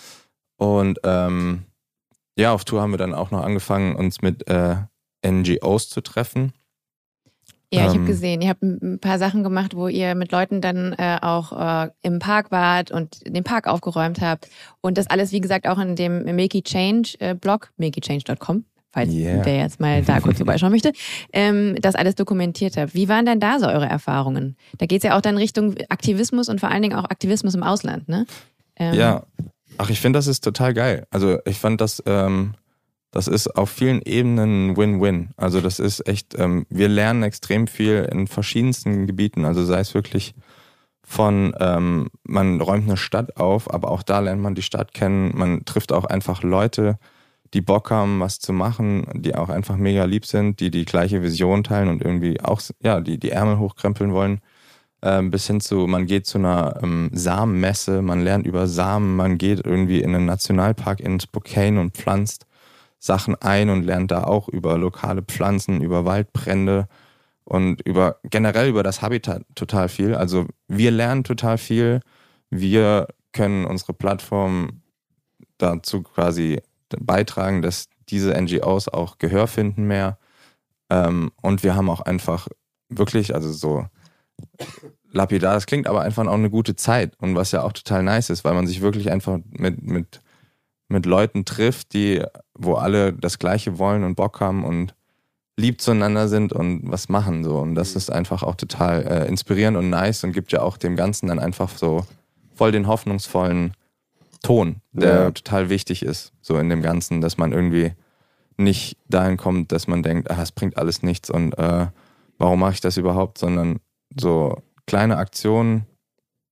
Und ähm, ja, auf Tour haben wir dann auch noch angefangen, uns mit äh, N G Os zu treffen. Ja, ich habe ähm, gesehen, ihr habt ein paar Sachen gemacht, wo ihr mit Leuten dann äh, auch äh, im Park wart und den Park aufgeräumt habt. Und das alles, wie gesagt, auch in dem Make It Change äh, Blog, make it change dot com, falls Yeah. wer jetzt mal da kurz vorbeischauen möchte, ähm, das alles dokumentiert habt. Wie waren denn da so eure Erfahrungen? Da geht es ja auch dann Richtung Aktivismus und vor allen Dingen auch Aktivismus im Ausland, ne? Ähm, Ja, ach, ich finde, das ist total geil. Also ich fand das, ähm, das ist auf vielen Ebenen Win-Win. Also das ist echt, ähm, wir lernen extrem viel in verschiedensten Gebieten. Also sei es wirklich von, ähm, man räumt eine Stadt auf, aber auch da lernt man die Stadt kennen. Man trifft auch einfach Leute, die Bock haben, was zu machen, die auch einfach mega lieb sind, die die gleiche Vision teilen und irgendwie auch, ja, die die Ärmel hochkrempeln wollen. Ähm, bis hin zu, man geht zu einer ähm, Samenmesse, man lernt über Samen, man geht irgendwie in einen Nationalpark in Spokane und pflanzt Sachen ein und lernt da auch über lokale Pflanzen, über Waldbrände und über generell über das Habitat total viel. Also wir lernen total viel, wir können unsere Plattform dazu quasi beitragen, dass diese N G Os auch Gehör finden mehr. Ähm, und wir haben auch einfach wirklich, also so lapidar, das klingt aber einfach auch eine gute Zeit und was ja auch total nice ist, weil man sich wirklich einfach mit, mit, mit Leuten trifft, die, wo alle das Gleiche wollen und Bock haben und lieb zueinander sind und was machen so und das ist einfach auch total äh, inspirierend und nice und gibt ja auch dem Ganzen dann einfach so voll den hoffnungsvollen Ton, der Ja. total wichtig ist, so in dem Ganzen, dass man irgendwie nicht dahin kommt, dass man denkt, ah, es bringt alles nichts und äh, warum mache ich das überhaupt, sondern so kleine Aktionen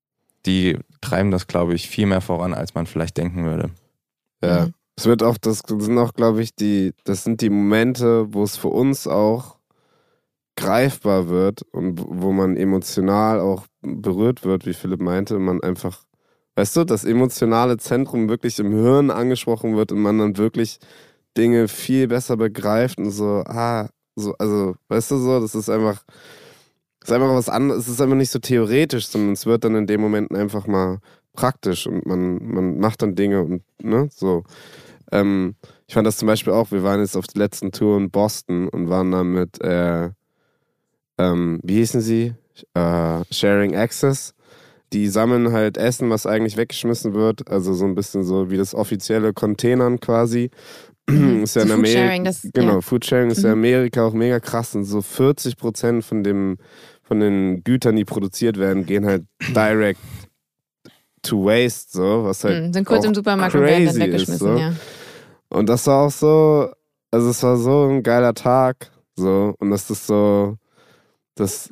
die treiben das, glaube ich, viel mehr voran, als man vielleicht denken würde. Ja. Mhm. Es wird auch, das sind auch, glaube ich, die, das sind die Momente, wo es für uns auch greifbar wird und wo man emotional auch berührt wird, wie Philipp meinte, man einfach, weißt du, das emotionale Zentrum wirklich im Hirn angesprochen wird und man dann wirklich Dinge viel besser begreift und so, ah, so, also, weißt du so, das ist einfach, das ist einfach was anderes, es ist einfach nicht so theoretisch, sondern es wird dann in den Momenten einfach mal praktisch und man, man macht dann Dinge und, ne, so. Ähm, ich fand das zum Beispiel auch, wir waren jetzt auf der letzten Tour in Boston und waren da mit, äh, ähm, wie hießen sie? Äh, Sharing Access. Die sammeln halt Essen, was eigentlich weggeschmissen wird, also so ein bisschen so wie das offizielle Containern quasi. Mhm. Ist ja So in Amerika, Foodsharing, das- genau, ja. Foodsharing ist ja in Mhm. Amerika auch mega krass und so vierzig Prozent von dem, von den Gütern, die produziert werden, gehen halt direct to waste, so, was halt Mhm. Sind kurz auch im Supermarkt und werden dann crazy ist, weggeschmissen, so. ja. Und das war auch so, also es war so ein geiler Tag, so, und das ist so, das,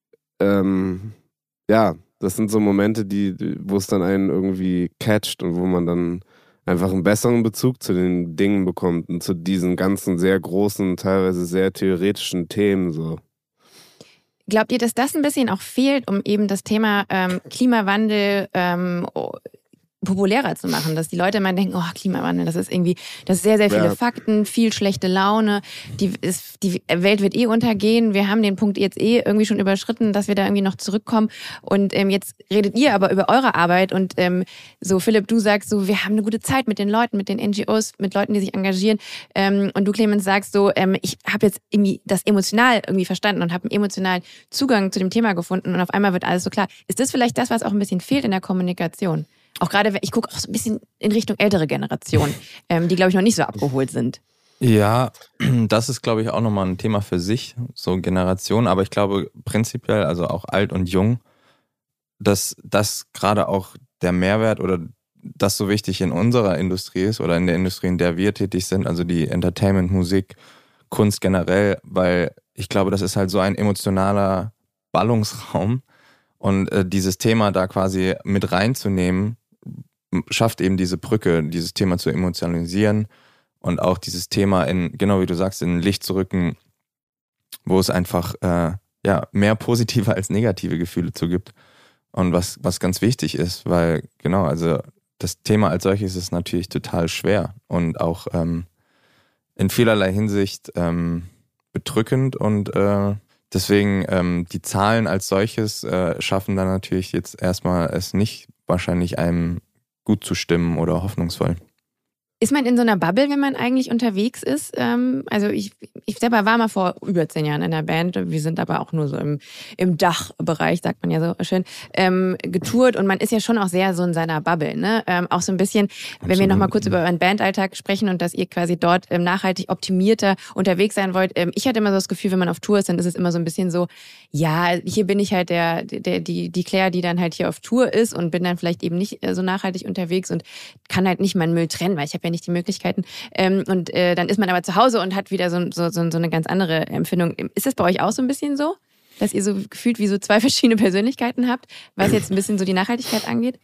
ähm, ja, das sind so Momente, die, wo es dann einen irgendwie catcht und wo man dann einfach einen besseren Bezug zu den Dingen bekommt und zu diesen ganzen sehr großen, teilweise sehr theoretischen Themen, so. Glaubt ihr, dass das ein bisschen auch fehlt, um eben das Thema ähm, Klimawandel ähm, oh, populärer zu machen, dass die Leute immer denken, oh, Klimawandel, das ist irgendwie, das ist sehr, sehr viele Ja. Fakten, viel schlechte Laune, die, ist, die Welt wird eh untergehen, wir haben den Punkt jetzt eh irgendwie schon überschritten, dass wir da irgendwie noch zurückkommen und ähm, jetzt redet ihr aber über eure Arbeit und ähm, so Philipp, du sagst so, wir haben eine gute Zeit mit den Leuten, mit den N G Os, mit Leuten, die sich engagieren ähm, und du Clemens sagst so, ähm, ich habe jetzt irgendwie das emotional irgendwie verstanden und habe einen emotionalen Zugang zu dem Thema gefunden und auf einmal wird alles so klar. Ist das vielleicht das, was auch ein bisschen fehlt in der Kommunikation? Auch gerade, ich gucke auch so ein bisschen in Richtung ältere Generation, ähm, die, glaube ich, noch nicht so abgeholt sind. Ja, das ist, glaube ich, auch nochmal ein Thema für sich, so Generation. Aber ich glaube prinzipiell, also auch alt und jung, dass das gerade auch der Mehrwert oder das so wichtig in unserer Industrie ist oder in der Industrie, in der wir tätig sind, also die Entertainment, Musik, Kunst generell, weil ich glaube, das ist halt so ein emotionaler Ballungsraum und äh, dieses Thema da quasi mit reinzunehmen, schafft eben diese Brücke, dieses Thema zu emotionalisieren und auch dieses Thema in, genau wie du sagst, in Licht zu rücken, wo es einfach äh, ja, mehr positive als negative Gefühle zugibt. Und was, was ganz wichtig ist, weil genau, also das Thema als solches ist natürlich total schwer und auch ähm, in vielerlei Hinsicht ähm, bedrückend und äh, deswegen ähm, die Zahlen als solches äh, schaffen dann natürlich jetzt erstmal es nicht wahrscheinlich einem gut zu stimmen oder hoffnungsvoll. Ist man in so einer Bubble, wenn man eigentlich unterwegs ist? Ähm, also ich, ich selber war mal vor über zehn Jahren in der Band. Wir sind aber auch nur so im, im Dachbereich, sagt man ja so schön, ähm, getourt. Und man ist ja schon auch sehr so in seiner Bubble. Ne? Ähm, auch so ein bisschen, wenn Absolut. wir nochmal kurz über euren Bandalltag sprechen und dass ihr quasi dort ähm, nachhaltig optimierter unterwegs sein wollt. Ähm, ich hatte immer so das Gefühl, wenn man auf Tour ist, dann ist es immer so ein bisschen so, ja, hier bin ich halt der, der die, die Claire, die dann halt hier auf Tour ist und bin dann vielleicht eben nicht so nachhaltig unterwegs und kann halt nicht meinen Müll trennen, weil ich habe ja nicht die Möglichkeiten. Ähm, und äh, dann ist man aber zu Hause und hat wieder so, so, so, so eine ganz andere Empfindung. Ist das bei euch auch so ein bisschen so, dass ihr so gefühlt wie so zwei verschiedene Persönlichkeiten habt, was jetzt ein bisschen so die Nachhaltigkeit angeht?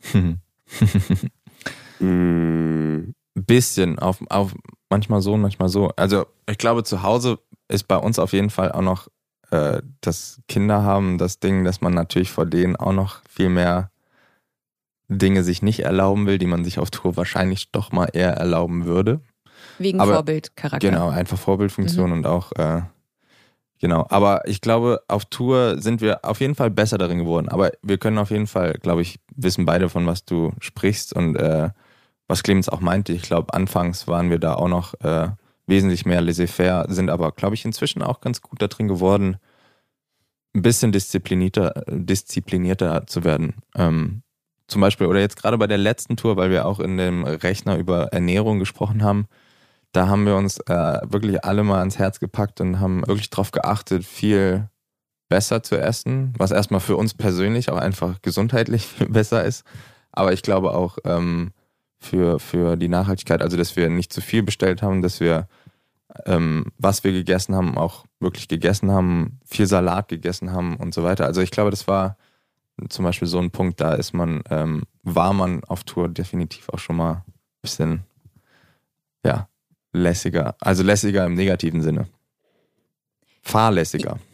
Mm, Bisschen, auf, auf manchmal so, manchmal so. Also ich glaube, zu Hause ist bei uns auf jeden Fall auch noch äh, das Kinder haben, das Ding, dass man natürlich vor denen auch noch viel mehr Dinge sich nicht erlauben will, die man sich auf Tour wahrscheinlich doch mal eher erlauben würde. Wegen Aber- Vorbildcharakter. Genau, einfach Vorbildfunktion Mhm. und auch, äh, genau. Aber ich glaube, auf Tour sind wir auf jeden Fall besser darin geworden. Aber wir können auf jeden Fall, glaube ich, wissen beide, von was du sprichst und äh, was Clemens auch meinte. Ich glaube, anfangs waren wir da auch noch äh, wesentlich mehr laissez-faire, sind aber, glaube ich, inzwischen auch ganz gut da drin geworden, ein bisschen disziplinierter, disziplinierter zu werden. Ähm, zum Beispiel, oder jetzt gerade bei der letzten Tour, weil wir auch in dem Rechner über Ernährung gesprochen haben, da haben wir uns äh, wirklich alle mal ans Herz gepackt und haben wirklich darauf geachtet, viel besser zu essen, was erstmal für uns persönlich auch einfach gesundheitlich viel besser ist. Aber ich glaube auch ähm, für, für die Nachhaltigkeit, also dass wir nicht zu viel bestellt haben, dass wir, ähm, was wir gegessen haben, auch wirklich gegessen haben, viel Salat gegessen haben und so weiter. Also ich glaube, das war zum Beispiel so ein Punkt, da ist man, ähm, war man auf Tour definitiv auch schon mal ein bisschen, ja, lässiger. Also lässiger im negativen Sinne. Fahrlässiger.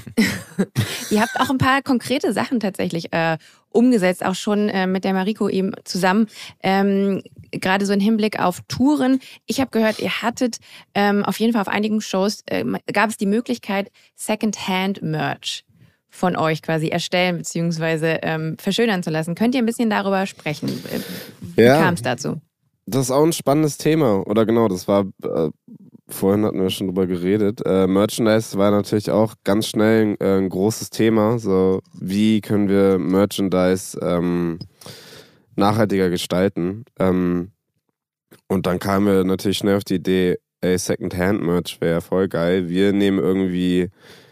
Ihr habt auch ein paar konkrete Sachen tatsächlich äh, umgesetzt, auch schon äh, mit der Mariko eben zusammen. Ähm, gerade so im Hinblick auf Touren. Ich habe gehört, ihr hattet ähm, auf jeden Fall auf einigen Shows, äh, gab es die Möglichkeit, Secondhand-Merch von euch quasi erstellen bzw. Ähm, verschönern zu lassen. Könnt ihr ein bisschen darüber sprechen? Wie ja, kam es dazu? Das ist auch ein spannendes Thema. Oder genau, das war... Äh, Vorhin hatten wir schon drüber geredet. Äh, Merchandise war natürlich auch ganz schnell ein, äh, ein großes Thema. So, wie können wir Merchandise ähm, nachhaltiger gestalten? Ähm, und dann kamen wir natürlich schnell auf die Idee, ey, Secondhand-Merch wäre voll geil. Wir nehmen irgendwie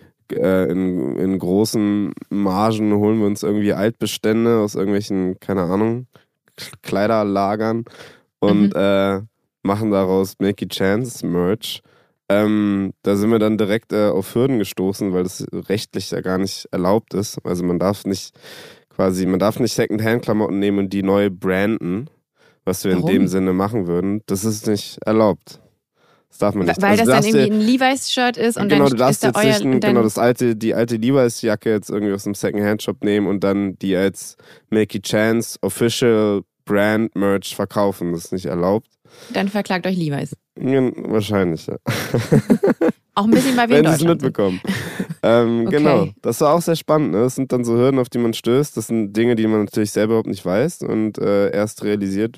äh, in, in großen Margen, holen wir uns irgendwie Altbestände aus irgendwelchen, keine Ahnung, Kleiderlagern und mhm. äh, machen daraus Milky Chance Merch. Ähm, da sind wir dann direkt äh, auf Hürden gestoßen, weil das rechtlich ja gar nicht erlaubt ist. Also man darf nicht quasi, man darf nicht Secondhand-Klamotten nehmen und die neu branden, was wir Warum? in dem Sinne machen würden. Das ist nicht erlaubt. Das darf man nicht. Weil also das dann irgendwie ein Levi's-Shirt ist und genau, dann du darfst ist da jetzt euer... nicht ein, genau, das alte, die alte Levi's-Jacke jetzt irgendwie aus einem Secondhand-Shop nehmen und dann die als Milky Chance Official Brand Merch verkaufen. Das ist nicht erlaubt. Dann verklagt euch Levi's. Ja, wahrscheinlich, ja. Auch ein bisschen, weil wir in in Deutschland sie es mitbekommen. ähm, okay. Genau, das war auch sehr spannend. Ne? Das sind dann so Hürden, auf die man stößt. Das sind Dinge, die man natürlich selber überhaupt nicht weiß und äh, erst realisiert,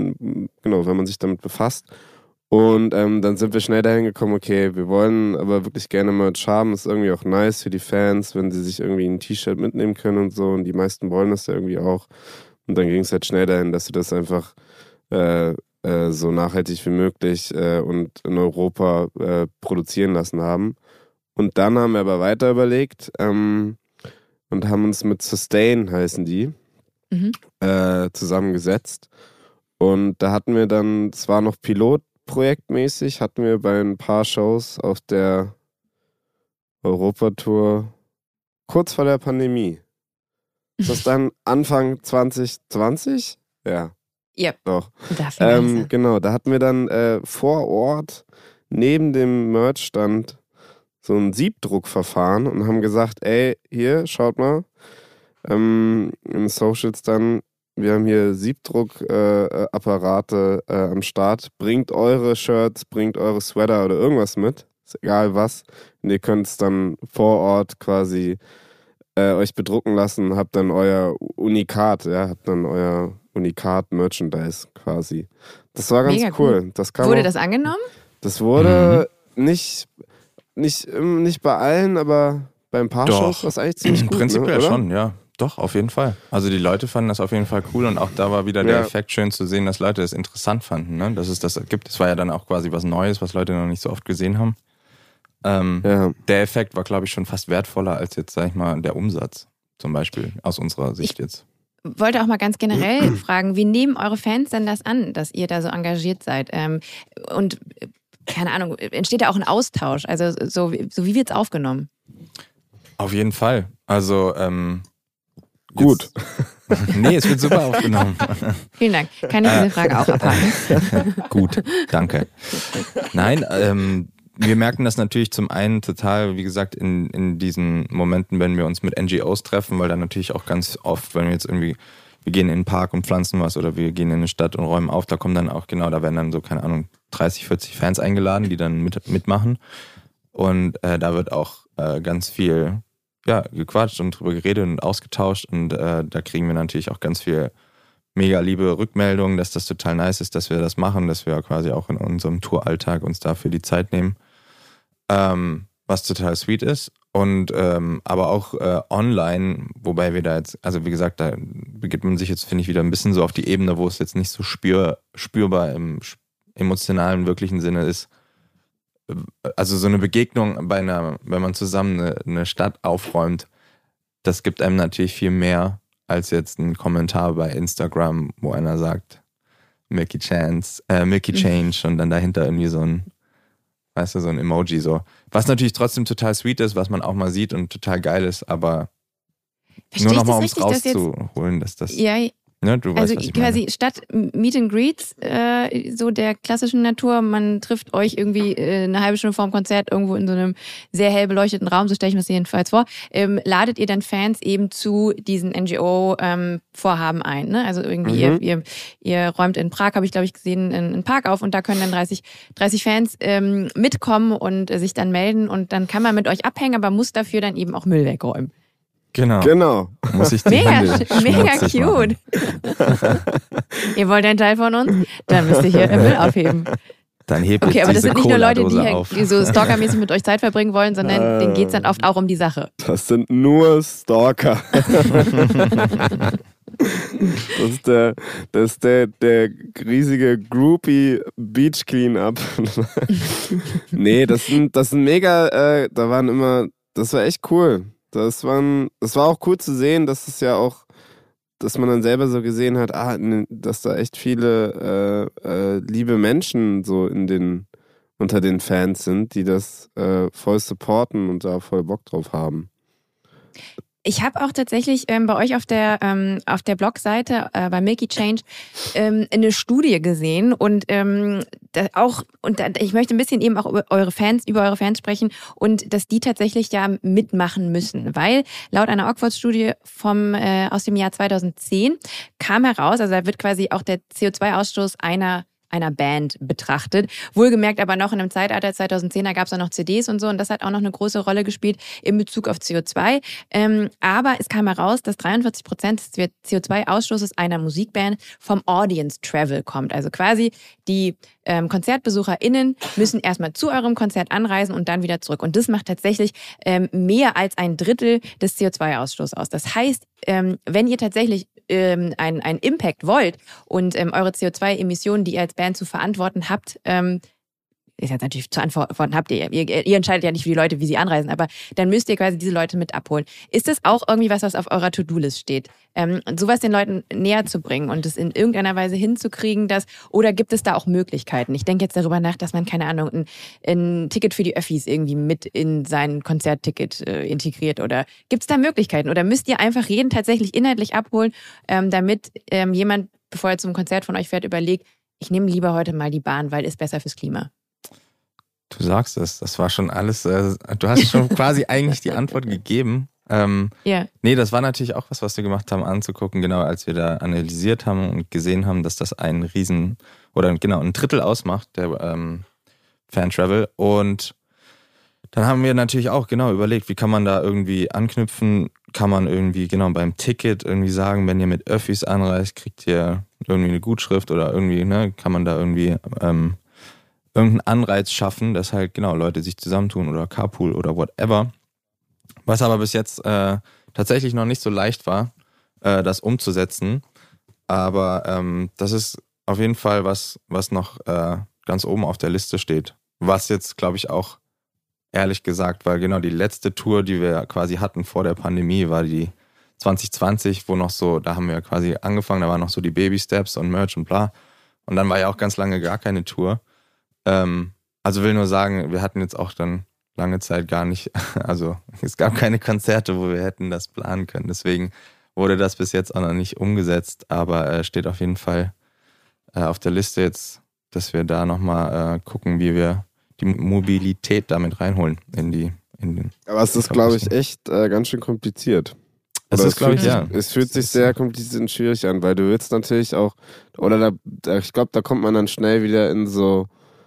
genau, wenn man sich damit befasst. Und ähm, dann sind wir schnell dahin gekommen, okay, wir wollen aber wirklich gerne Merch haben. Ist irgendwie auch nice für die Fans, wenn sie sich irgendwie ein T-Shirt mitnehmen können und so. Und die meisten wollen das ja irgendwie auch. Und dann ging es halt schnell dahin, dass sie das einfach äh, so nachhaltig wie möglich äh, und in Europa äh, produzieren lassen haben. Und dann haben wir aber weiter überlegt ähm, und haben uns mit Sustain, heißen die, mhm. äh, zusammengesetzt. Und da hatten wir dann, es war noch Pilotprojektmäßig, hatten wir bei ein paar Shows auf der Europatour kurz vor der Pandemie. Ist das dann Anfang zwanzig zwanzig? Ja. Ja, doch. Ähm, genau, da hatten wir dann äh, vor Ort neben dem Merchstand so ein Siebdruckverfahren und haben gesagt, ey, hier, schaut mal, ähm, in Socials dann, wir haben hier Siebdruckapparate äh, äh, am Start, bringt eure Shirts, bringt eure Sweater oder irgendwas mit, ist egal was, und ihr könnt es dann vor Ort quasi äh, euch bedrucken lassen, habt dann euer Unikat, ja, habt dann euer Unikat-Merchandise quasi. Das war ganz cool. cool. Das kam wurde auch, das angenommen? Das wurde mhm. nicht, nicht, nicht bei allen, aber bei ein paar Doch. Shows war es eigentlich ziemlich gut. Prinzipiell ne, schon, ja. Doch, auf jeden Fall. Also die Leute fanden das auf jeden Fall cool und auch da war wieder der ja. Effekt schön zu sehen, dass Leute es interessant fanden, ne? Dass es das gibt. Es war ja dann auch quasi was Neues, was Leute noch nicht so oft gesehen haben. Ähm, ja. Der Effekt war, glaube ich, schon fast wertvoller als jetzt, sag ich mal, der Umsatz zum Beispiel aus unserer Sicht ich jetzt. Wollte auch mal ganz generell fragen, wie nehmen eure Fans denn das an, dass ihr da so engagiert seid? Ähm, und keine Ahnung, entsteht da auch ein Austausch? Also so, so wie wird es aufgenommen? Auf jeden Fall. Also ähm, gut. Nee, es wird super aufgenommen. Vielen Dank. Kann ich diese Frage auch abhaken? Gut, danke. Nein, ähm, wir merken das natürlich zum einen total, wie gesagt, in, in diesen Momenten, wenn wir uns mit N G Os treffen, weil dann natürlich auch ganz oft, wenn wir jetzt irgendwie, wir gehen in den Park und pflanzen was oder wir gehen in eine Stadt und räumen auf, da kommen dann auch, genau, da werden dann so, keine Ahnung, dreißig, vierzig Fans eingeladen, die dann mit, mitmachen. Und äh, da wird auch äh, ganz viel ja, gequatscht und drüber geredet und ausgetauscht und äh, da kriegen wir natürlich auch ganz viel mega liebe Rückmeldungen, dass das total nice ist, dass wir das machen, dass wir quasi auch in unserem Touralltag uns dafür die Zeit nehmen, ähm, was total sweet ist. Und ähm, aber auch äh, online, wobei wir da jetzt, also wie gesagt, da begibt man sich jetzt, finde ich, wieder ein bisschen so auf die Ebene, wo es jetzt nicht so spür, spürbar im emotionalen, wirklichen Sinne ist. Also so eine Begegnung bei einer, wenn man zusammen eine, eine Stadt aufräumt, das gibt einem natürlich viel mehr als jetzt ein Kommentar bei Instagram, wo einer sagt, Milky Chance, äh, Milky Change und dann dahinter irgendwie so ein, weißt du, so ein Emoji so. Was natürlich trotzdem total sweet ist, was man auch mal sieht und total geil ist, aber Verstehe Nur ich nochmal, um das es richtig, dass jetzt- rauszuholen, dass das, Ja, ne, du weißt, also was ich quasi meine. statt Meet and Greets, äh, so der klassischen Natur, man trifft euch irgendwie äh, eine halbe Stunde vor dem Konzert irgendwo in so einem sehr hell beleuchteten Raum, so stelle ich mir das jedenfalls vor, ähm, ladet ihr dann Fans eben zu diesen N G O-Vorhaben ein. Ne? Also irgendwie, Mhm. ihr, ihr, ihr räumt in Prag, habe ich glaube ich gesehen, einen Park auf und da können dann dreißig, dreißig Fans ähm, mitkommen und äh, sich dann melden und dann kann man mit euch abhängen, aber muss dafür dann eben auch Müll wegräumen. Genau. Genau. Muss ich die Mega, Hände mega schmutzig cute. machen. Ihr wollt einen Teil von uns? Dann müsst ihr hier Müll aufheben. Dann hebt Okay, jetzt aber das diese sind nicht nur Leute, die, Cola-Dose hier- auf. die so stalkermäßig mit euch Zeit verbringen wollen, sondern denen geht es dann oft auch um die Sache. Das sind nur Stalker. Das ist der, das ist der, der riesige Groupie Beach Cleanup. Nee, das sind, das sind mega, äh, da waren immer, das war echt cool. Das waren, das war auch cool zu sehen, dass es ja auch, dass man dann selber so gesehen hat, ah, ne, dass da echt viele äh, äh, liebe Menschen so in den, unter den Fans sind, die das äh, voll supporten und da voll Bock drauf haben. Ich habe auch tatsächlich ähm, bei euch auf der ähm, auf der Blogseite äh, bei Milky Change ähm, eine Studie gesehen und ähm, da auch und da, ich möchte ein bisschen eben auch über eure Fans über eure Fans sprechen und dass die tatsächlich ja mitmachen müssen, weil laut einer Oxford-Studie vom äh, aus dem Jahr zweitausendzehn kam heraus, also da wird quasi auch der C O zwei Ausstoß einer einer Band betrachtet. Wohlgemerkt aber noch in einem Zeitalter, zweitausendzehn, da gab es auch noch C Ds und so und das hat auch noch eine große Rolle gespielt in Bezug auf C O zwei. Ähm, aber es kam heraus, dass dreiundvierzig Prozent des C O zwei Ausstoßes einer Musikband vom Audience Travel kommt. Also quasi die ähm, KonzertbesucherInnen müssen erstmal zu eurem Konzert anreisen und dann wieder zurück. Und das macht tatsächlich ähm, mehr als ein Drittel des C O zwei Ausstoßes aus. Das heißt, ähm, wenn ihr tatsächlich ähm, einen, einen Impact wollt und ähm, eure C O zwei Emissionen, die ihr als Band zu verantworten habt, ähm, ist jetzt natürlich zu antworten habt ihr, ihr, ihr entscheidet ja nicht für die Leute, wie sie anreisen, aber dann müsst ihr quasi diese Leute mit abholen. Ist das auch irgendwie was, was auf eurer To-Do-List steht? Ähm, sowas den Leuten näher zu bringen und es in irgendeiner Weise hinzukriegen, dass, oder gibt es da auch Möglichkeiten? Ich denke jetzt darüber nach, dass man, keine Ahnung, ein, ein Ticket für die Öffis irgendwie mit in sein Konzertticket äh, integriert oder gibt es da Möglichkeiten? Oder müsst ihr einfach jeden tatsächlich inhaltlich abholen, ähm, damit ähm, jemand, bevor er zum Konzert von euch fährt, überlegt, ich nehme lieber heute mal die Bahn, weil ist besser fürs Klima? Du sagst es, das war schon alles, äh, du hast schon quasi eigentlich die Antwort gegeben. Ähm, Ja. Nee, das war natürlich auch was, was wir gemacht haben, anzugucken, genau als wir da analysiert haben und gesehen haben, dass das ein Riesen, oder genau ein Drittel ausmacht, der ähm, Fan-Travel. Und dann haben wir natürlich auch genau überlegt, wie kann man da irgendwie anknüpfen, kann man irgendwie genau beim Ticket irgendwie sagen, wenn ihr mit Öffis anreist, kriegt ihr irgendwie eine Gutschrift oder irgendwie, ne, kann man da irgendwie ähm, irgendeinen Anreiz schaffen, dass halt genau Leute sich zusammentun oder Carpool oder whatever. Was aber bis jetzt äh, tatsächlich noch nicht so leicht war, äh, das umzusetzen. Aber ähm, das ist auf jeden Fall was, was noch äh, ganz oben auf der Liste steht. Was jetzt, glaube ich, auch ehrlich gesagt, weil genau die letzte Tour, die wir quasi hatten vor der Pandemie, war die zwanzig zwanzig, wo noch so, da haben wir quasi angefangen, da waren noch so die Baby Steps und Merch und bla. Und dann war ja auch ganz lange gar keine Tour. Ähm, also will nur sagen, wir hatten jetzt auch dann lange Zeit gar nicht, also es gab keine Konzerte, wo wir hätten das planen können. Deswegen wurde das bis jetzt auch noch nicht umgesetzt, aber äh, steht auf jeden Fall äh, auf der Liste jetzt, dass wir da nochmal äh, gucken, wie wir die Mobilität damit reinholen in die in den. Aber es ist, glaube ich, echt äh, ganz schön kompliziert. Es Oder ist, glaube ich, fühlt ja. sich, es fühlt sich sehr kompliziert und schwierig an, weil du willst natürlich auch, oder da, da, ich glaube, da kommt man dann schnell wieder in so,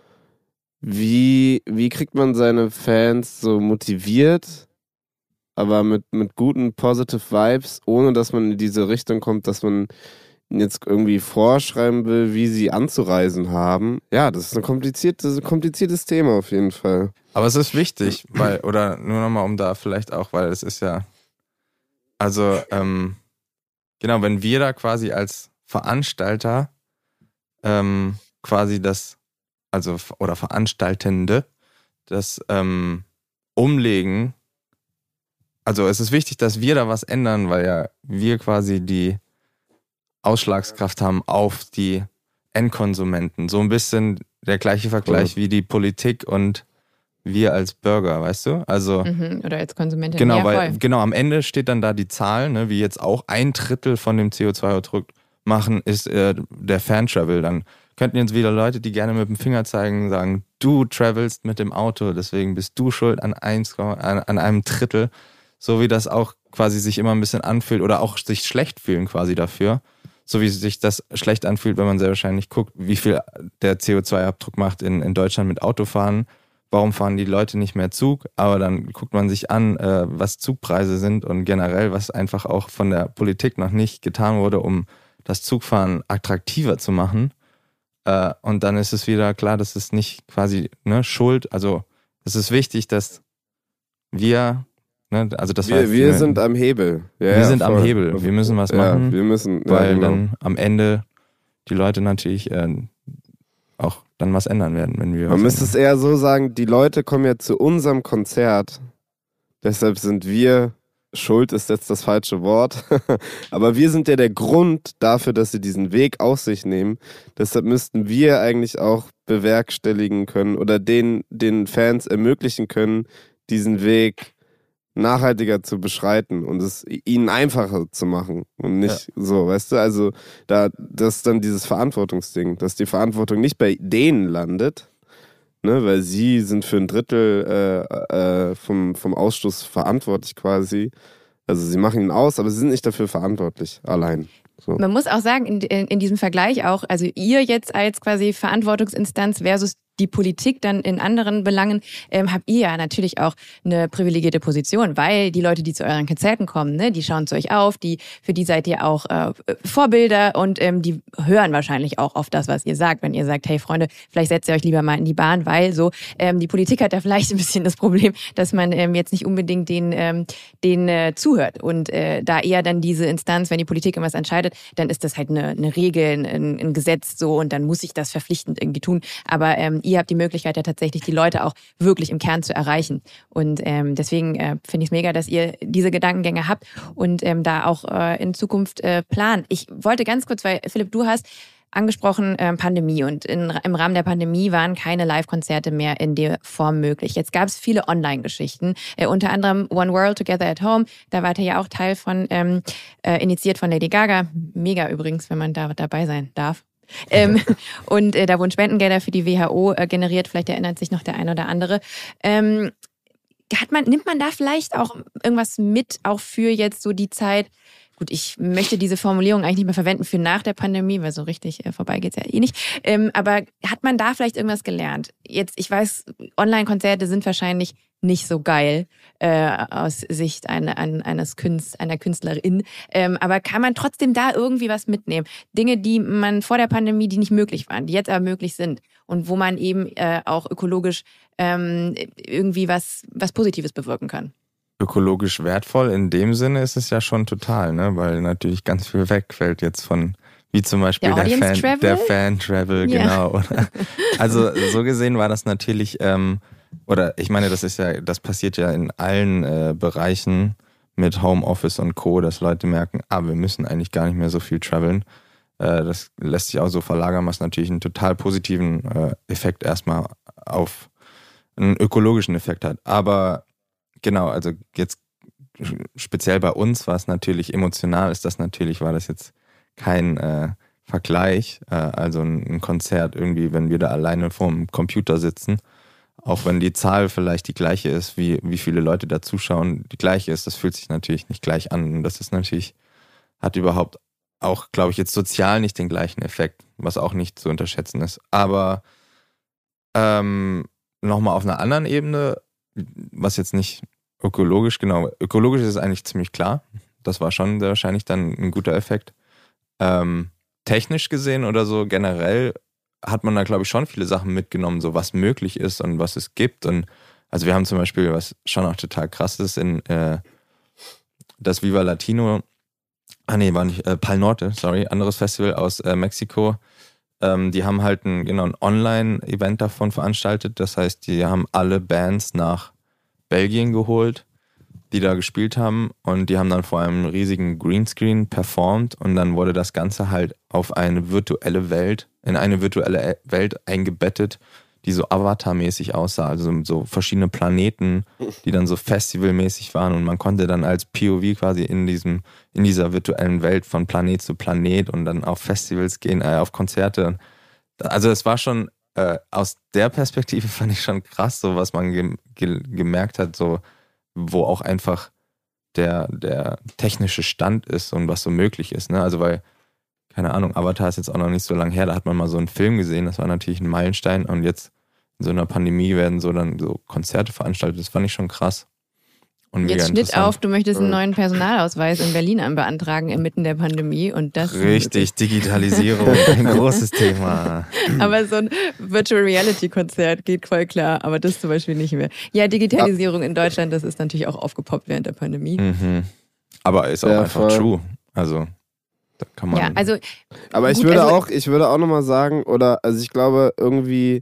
wie, wie kriegt man seine Fans so motiviert, aber mit, mit guten Positive Vibes, ohne dass man in diese Richtung kommt, dass man jetzt irgendwie vorschreiben will, wie sie anzureisen haben. Ja, das ist ein kompliziertes, ein kompliziertes Thema auf jeden Fall. Aber es ist wichtig, weil, oder nur nochmal um da vielleicht auch, weil es ist ja, also, ähm, genau, wenn wir da quasi als Veranstalter ähm, quasi das, also, oder Veranstaltende, das ähm, umlegen, also es ist wichtig, dass wir da was ändern, weil ja wir quasi die Ausschlagskraft haben auf die Endkonsumenten. So ein bisschen der gleiche Vergleich wie die Politik und wir als Bürger, weißt du? Also Mhm, oder als Konsumentin. genau, ja, weil voll. genau am Ende steht dann da die Zahl, ne, wie jetzt auch ein Drittel von dem C O zwei Abdruck machen, ist äh, der Fan-Travel. Dann könnten jetzt wieder Leute, die gerne mit dem Finger zeigen, sagen, du travelst mit dem Auto, deswegen bist du schuld an, eins, an, an einem Drittel. So wie das auch quasi sich immer ein bisschen anfühlt oder auch sich schlecht fühlen quasi dafür. So wie sich das schlecht anfühlt, wenn man sehr wahrscheinlich guckt, wie viel der C O zwei Abdruck macht in, in Deutschland mit Autofahren. Warum fahren die Leute nicht mehr Zug? Aber dann guckt man sich an, äh, was Zugpreise sind und generell, was einfach auch von der Politik noch nicht getan wurde, um das Zugfahren attraktiver zu machen. Äh, und dann ist es wieder klar, dass es nicht quasi ne, Schuld, also es ist wichtig, dass wir, ne, also das Wir, war jetzt, wir ne, sind am Hebel. Ja, wir ja, sind am voll. Hebel. Wir müssen was Ja, machen, wir müssen, ja, weil genau. dann am Ende die Leute natürlich äh, auch dann was ändern werden, wenn wir Man was müsste ändern. es eher so sagen, die Leute kommen ja zu unserem Konzert, deshalb sind wir, schuld ist jetzt das falsche Wort, aber wir sind ja der Grund dafür, dass sie diesen Weg auf sich nehmen. Deshalb müssten wir eigentlich auch bewerkstelligen können oder den, den Fans ermöglichen können, diesen Weg nachhaltiger zu beschreiten und es ihnen einfacher zu machen und nicht ja. so, weißt du, also da, das ist dann dieses Verantwortungsding, dass die Verantwortung nicht bei denen landet, ne, weil sie sind für ein Drittel äh, äh, vom, vom Ausstoß verantwortlich quasi, also sie machen ihn aus, aber sie sind nicht dafür verantwortlich, allein. So. Man muss auch sagen, in, in, in diesem Vergleich auch, also ihr jetzt als quasi Verantwortungsinstanz versus die Politik dann in anderen Belangen, ähm, habt ihr ja natürlich auch eine privilegierte Position, weil die Leute, die zu euren Konzerten kommen, ne, die schauen zu euch auf, die für die seid ihr auch äh, Vorbilder und ähm, die hören wahrscheinlich auch auf das, was ihr sagt, wenn ihr sagt, hey Freunde, vielleicht setzt ihr euch lieber mal in die Bahn, weil so ähm, die Politik hat da vielleicht ein bisschen das Problem, dass man ähm, jetzt nicht unbedingt den, ähm, den äh, zuhört und äh, da eher dann diese Instanz, wenn die Politik irgendwas entscheidet, dann ist das halt eine, eine Regel, ein, ein Gesetz so und dann muss ich das verpflichtend irgendwie tun, aber ähm, ihr habt die Möglichkeit ja tatsächlich, die Leute auch wirklich im Kern zu erreichen. Und ähm, deswegen äh, finde ich es mega, dass ihr diese Gedankengänge habt und ähm, da auch äh, in Zukunft äh, plant. Ich wollte ganz kurz, weil Philipp, du hast angesprochen ähm, Pandemie und in, im Rahmen der Pandemie waren keine Live-Konzerte mehr in der Form möglich. Jetzt gab es viele Online-Geschichten, äh, unter anderem One World Together at Home, da wart ihr ja auch Teil von, ähm, äh, initiiert von Lady Gaga. Mega übrigens, wenn man da dabei sein darf. ähm, und äh, da wurden Spendengelder für die W H O äh, generiert, vielleicht erinnert sich noch der eine oder andere. Ähm, hat man, nimmt man da vielleicht auch irgendwas mit, auch für jetzt so die Zeit? Gut, ich möchte diese Formulierung eigentlich nicht mehr verwenden für nach der Pandemie, weil so richtig äh, vorbei geht's ja eh nicht. Ähm, aber hat man da vielleicht irgendwas gelernt? Jetzt, ich weiß, Online-Konzerte sind wahrscheinlich nicht so geil äh, aus Sicht eine, ein, eines Künst, einer Künstlerin. Ähm, aber kann man trotzdem da irgendwie was mitnehmen? Dinge, die man vor der Pandemie, die nicht möglich waren, die jetzt aber möglich sind und wo man eben äh, auch ökologisch ähm, irgendwie was, was Positives bewirken kann. Ökologisch wertvoll in dem Sinne ist es ja schon total, ne? Weil natürlich ganz viel wegfällt jetzt von, wie zum Beispiel der, der Fan, Travel? der Fan-Travel, ja. Genau. Also so gesehen war das natürlich, ähm, oder ich meine, das ist ja, das passiert ja in allen äh, Bereichen mit Homeoffice und Co., dass Leute merken, ah, wir müssen eigentlich gar nicht mehr so viel traveln. Äh, das lässt sich auch so verlagern, was natürlich einen total positiven äh, Effekt erstmal auf einen ökologischen Effekt hat. Aber genau, also jetzt speziell bei uns war es natürlich emotional, ist das natürlich, war das jetzt kein äh, Vergleich, äh, also ein, ein Konzert irgendwie, wenn wir da alleine vorm Computer sitzen, auch wenn die Zahl vielleicht die gleiche ist, wie, wie viele Leute da zuschauen, die gleiche ist, das fühlt sich natürlich nicht gleich an und das ist natürlich, hat überhaupt auch, glaube ich, jetzt sozial nicht den gleichen Effekt, was auch nicht zu unterschätzen ist, aber ähm, nochmal auf einer anderen Ebene, was jetzt nicht ökologisch, genau, ökologisch ist es eigentlich ziemlich klar. Das war schon sehr wahrscheinlich dann ein guter Effekt. Ähm, technisch gesehen oder so generell hat man da, glaube ich, schon viele Sachen mitgenommen, so was möglich ist und was es gibt. Und also wir haben zum Beispiel, was schon auch total krass ist, in äh, das Viva Latino, ah nee, war nicht, äh, Pal Norte, sorry, anderes Festival aus äh, Mexiko. Ähm, die haben halt ein, genau, ein Online-Event davon veranstaltet. Das heißt, die haben alle Bands nach Belgien geholt, die da gespielt haben und die haben dann vor einem riesigen Greenscreen performt und dann wurde das Ganze halt auf eine virtuelle Welt, in eine virtuelle Welt eingebettet, die so Avatar-mäßig aussah, also so verschiedene Planeten, die dann so festivalmäßig waren und man konnte dann als P O V quasi in diesem, in dieser virtuellen Welt von Planet zu Planet und dann auf Festivals gehen, äh, auf Konzerte. Also es war schon, äh, aus der Perspektive fand ich schon krass, so was man ge- ge- gemerkt hat, so wo auch einfach der, der technische Stand ist und was so möglich ist, ne? Also weil, keine Ahnung, Avatar ist jetzt auch noch nicht so lange her, da hat man mal so einen Film gesehen, das war natürlich ein Meilenstein und jetzt in so einer Pandemie werden so dann so Konzerte veranstaltet, das fand ich schon krass. Und Jetzt Schnitt auf, du möchtest einen neuen Personalausweis in Berlin beantragen inmitten der Pandemie und das... Richtig, Digitalisierung, ein großes Thema. Aber so ein Virtual Reality Konzert geht voll klar, aber das zum Beispiel nicht mehr. Ja, Digitalisierung in Deutschland, das ist natürlich auch aufgepoppt während der Pandemie. Mhm. Aber ist auch Ja, einfach voll. true, also da kann man... Ja, also... Aber ich gut, würde also, auch, ich würde auch nochmal sagen, oder, also ich glaube irgendwie,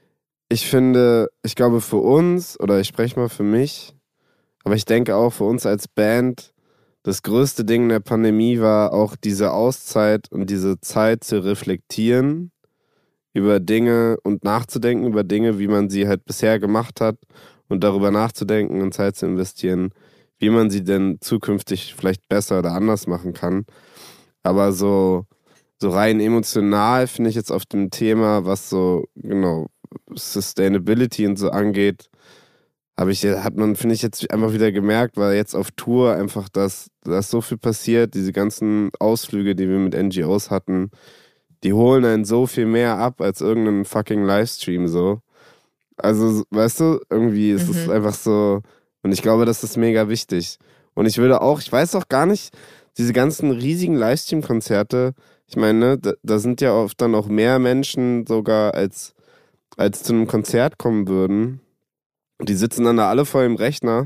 ich finde, ich glaube für uns, oder ich spreche mal für mich, aber ich denke auch für uns als Band, das größte Ding in der Pandemie war auch diese Auszeit und diese Zeit zu reflektieren über Dinge und nachzudenken über Dinge, wie man sie halt bisher gemacht hat und darüber nachzudenken und Zeit zu investieren, wie man sie denn zukünftig vielleicht besser oder anders machen kann. Aber so, so rein emotional finde ich jetzt auf dem Thema, was so, genau, Sustainability und so angeht, habe ich, hat man, finde ich, jetzt einfach wieder gemerkt, weil jetzt auf Tour einfach, dass da ist so viel passiert, diese ganzen Ausflüge, die wir mit N G Os hatten, die holen einen so viel mehr ab als irgendein fucking Livestream so. Also, weißt du, irgendwie ist es Mhm. einfach so, und ich glaube, das ist mega wichtig. Und ich würde auch, ich weiß auch gar nicht, diese ganzen riesigen Livestream-Konzerte, ich meine, ne, da, da sind ja oft dann auch mehr Menschen sogar als, als zu einem Konzert kommen würden. Und die sitzen dann da alle vor dem Rechner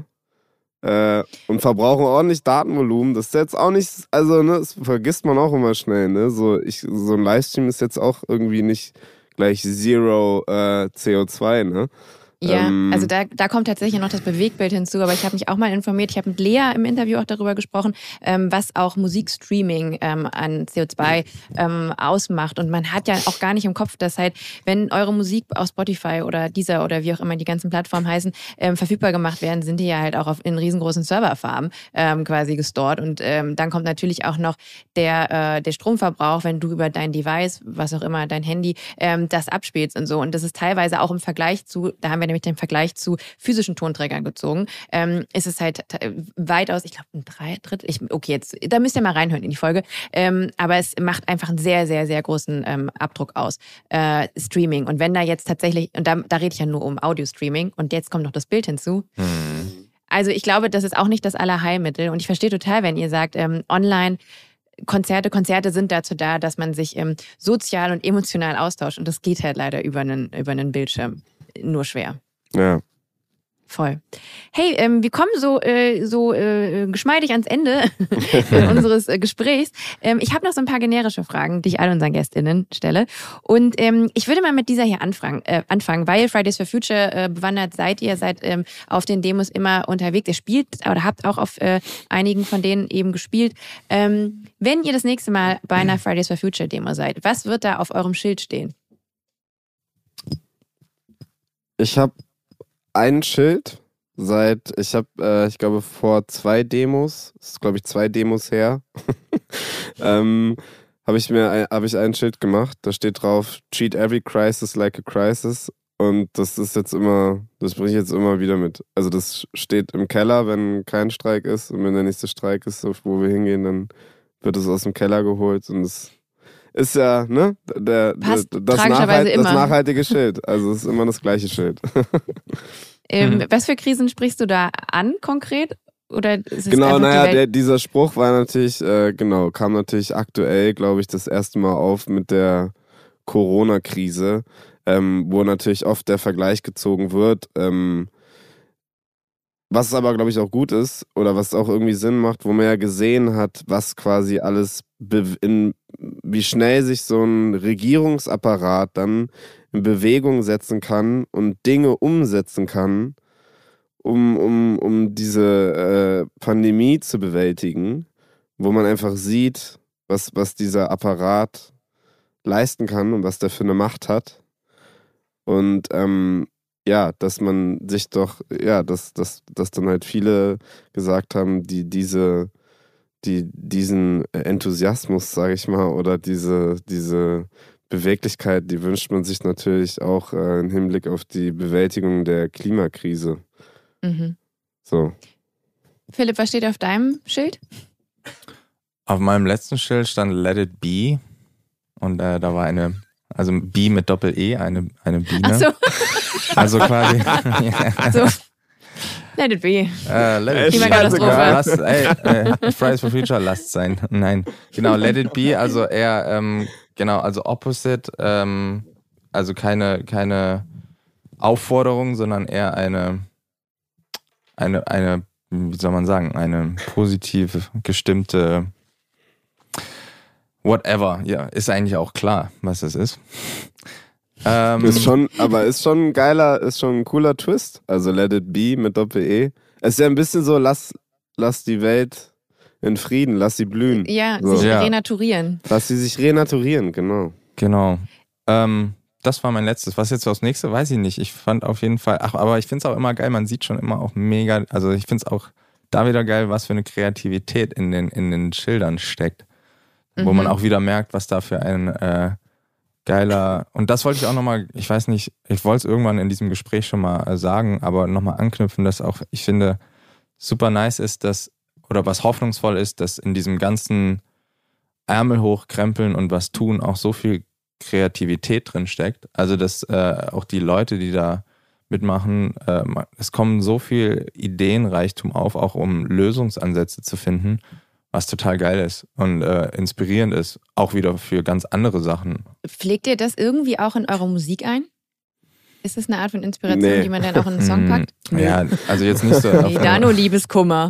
äh, und verbrauchen ordentlich Datenvolumen. Das ist jetzt auch nicht, also ne, das vergisst man auch immer schnell, ne? So, ich, so ein Livestream ist jetzt auch irgendwie nicht gleich Zero äh, C O zwei, ne? Ja, Ähm, also da, da kommt tatsächlich noch das Bewegtbild hinzu, aber ich habe mich auch mal informiert, ich habe mit Lea im Interview auch darüber gesprochen, ähm, was auch Musikstreaming ähm, an C O zwei ähm, ausmacht und man hat ja auch gar nicht im Kopf, dass halt, wenn eure Musik auf Spotify oder Deezer oder wie auch immer die ganzen Plattformen heißen, ähm, verfügbar gemacht werden, sind die ja halt auch auf, in riesengroßen Serverfarmen ähm, quasi gestort und ähm, dann kommt natürlich auch noch der, äh, der Stromverbrauch, wenn du über dein Device, was auch immer, dein Handy, ähm, das abspielst und so und das ist teilweise auch im Vergleich zu, da haben wir nämlich den Vergleich zu physischen Tonträgern gezogen, ähm, ist es halt t- weitaus, ich glaube ein drei Drittel, ich, okay, jetzt, da müsst ihr mal reinhören in die Folge, ähm, aber es macht einfach einen sehr, sehr, sehr großen ähm, Abdruck aus, äh, Streaming. Und wenn da jetzt tatsächlich, und da, da rede ich ja nur um Audio-Streaming und jetzt kommt noch das Bild hinzu, Hm. also ich glaube, das ist auch nicht das Allerheilmittel und ich verstehe total, wenn ihr sagt, ähm, online Konzerte, Konzerte sind dazu da, dass man sich ähm, sozial und emotional austauscht und das geht halt leider über einen, über einen Bildschirm nur schwer. ja. Voll. Hey, ähm, wir kommen so, äh, so äh, geschmeidig ans Ende unseres äh, Gesprächs. Ähm, ich habe noch so ein paar generische Fragen, die ich all unseren GästInnen stelle. Und ähm, ich würde mal mit dieser hier anfangen, äh, anfangen, weil Fridays for Future äh, bewandert seid ihr, seid ähm, auf den Demos immer unterwegs. Ihr spielt oder habt auch auf äh, einigen von denen eben gespielt. Ähm, wenn ihr das nächste Mal bei einer Fridays for Future Demo seid, was wird da auf eurem Schild stehen? Ich habe ein Schild seit, ich habe, äh, ich glaube, vor zwei Demos, das ist, glaube ich, zwei Demos her, ähm, habe ich mir ein, hab ich ein Schild gemacht, da steht drauf, treat every crisis like a crisis. Und das ist jetzt immer, das bringe ich jetzt immer wieder mit. Also das steht im Keller, wenn kein Streik ist. Und wenn der nächste Streik ist, wo wir hingehen, dann wird es aus dem Keller geholt. Und es ist ja, ne, der, Passt der, das, tragischerweise Nachhalt, das immer. nachhaltige Schild. Also es ist immer das gleiche Schild. Ähm, Mhm. Was für Krisen sprichst du da an konkret? Oder ist es Genau, einfach die naja, Welt? der, dieser Spruch war natürlich, äh, genau, kam natürlich aktuell, glaube ich, das erste Mal auf mit der Corona-Krise, ähm, wo natürlich oft der Vergleich gezogen wird, ähm, was aber, glaube ich, auch gut ist oder was auch irgendwie Sinn macht, wo man ja gesehen hat, was quasi alles, be- in, wie schnell sich so ein Regierungsapparat dann in Bewegung setzen kann und Dinge umsetzen kann, um, um, um diese äh, Pandemie zu bewältigen, wo man einfach sieht, was, was dieser Apparat leisten kann und was der für eine Macht hat. Und ähm, ja, dass man sich doch, ja, dass, dass, dass dann halt viele gesagt haben, die diese, die diesen Enthusiasmus, sage ich mal, oder diese, diese Beweglichkeit, die wünscht man sich natürlich auch äh, im Hinblick auf die Bewältigung der Klimakrise. Mhm. So. Philipp, was steht auf deinem Schild? Auf meinem letzten Schild stand Let It Be und äh, da war eine, also B mit Doppel-E, eine, eine Biene. Ach so. Also quasi. So. Let it be. Äh, let it be. Klimakatastrophe. Lass, ey, äh, Fridays for Future, lasst sein. Nein, genau, Let It Be, also eher, ähm, genau, also opposite, ähm, also keine, keine Aufforderung, sondern eher eine, eine, eine, wie soll man sagen, eine positiv gestimmte whatever, ja, ist eigentlich auch klar, was es ist. Ähm, ist schon, aber ist schon ein geiler, ist schon ein cooler Twist. Also Let It Be mit Doppel-E. Es ist ja ein bisschen so, lass, lass die Welt in Frieden, lass sie blühen. Ja, so. sich Ja. renaturieren. Lass sie sich renaturieren, genau. Genau. Ähm, das war mein letztes. Was jetzt das nächste, weiß ich nicht. Ich fand auf jeden Fall, ach, aber ich finde es auch immer geil, man sieht schon immer auch mega, also ich finde es auch da wieder geil, was für eine Kreativität in den, in den Schildern steckt. Mhm. Wo man auch wieder merkt, was da für ein äh, geiler, und das wollte ich auch nochmal, ich weiß nicht, ich wollte es irgendwann in diesem Gespräch schon mal äh, sagen, aber nochmal anknüpfen, dass auch, ich finde, super nice ist, dass, oder was hoffnungsvoll ist, dass in diesem ganzen Ärmel hochkrempeln und was tun auch so viel Kreativität drin steckt. Also, dass äh, auch die Leute, die da mitmachen, äh, es kommen so viel Ideenreichtum auf, auch um Lösungsansätze zu finden, was total geil ist und äh, inspirierend ist, auch wieder für ganz andere Sachen. Pflegt ihr das irgendwie auch in eure Musik ein? Ist das eine Art von Inspiration, Nee. die man dann auch in einen Song packt? Ja, also jetzt nicht so. Nee, da nur Liebeskummer.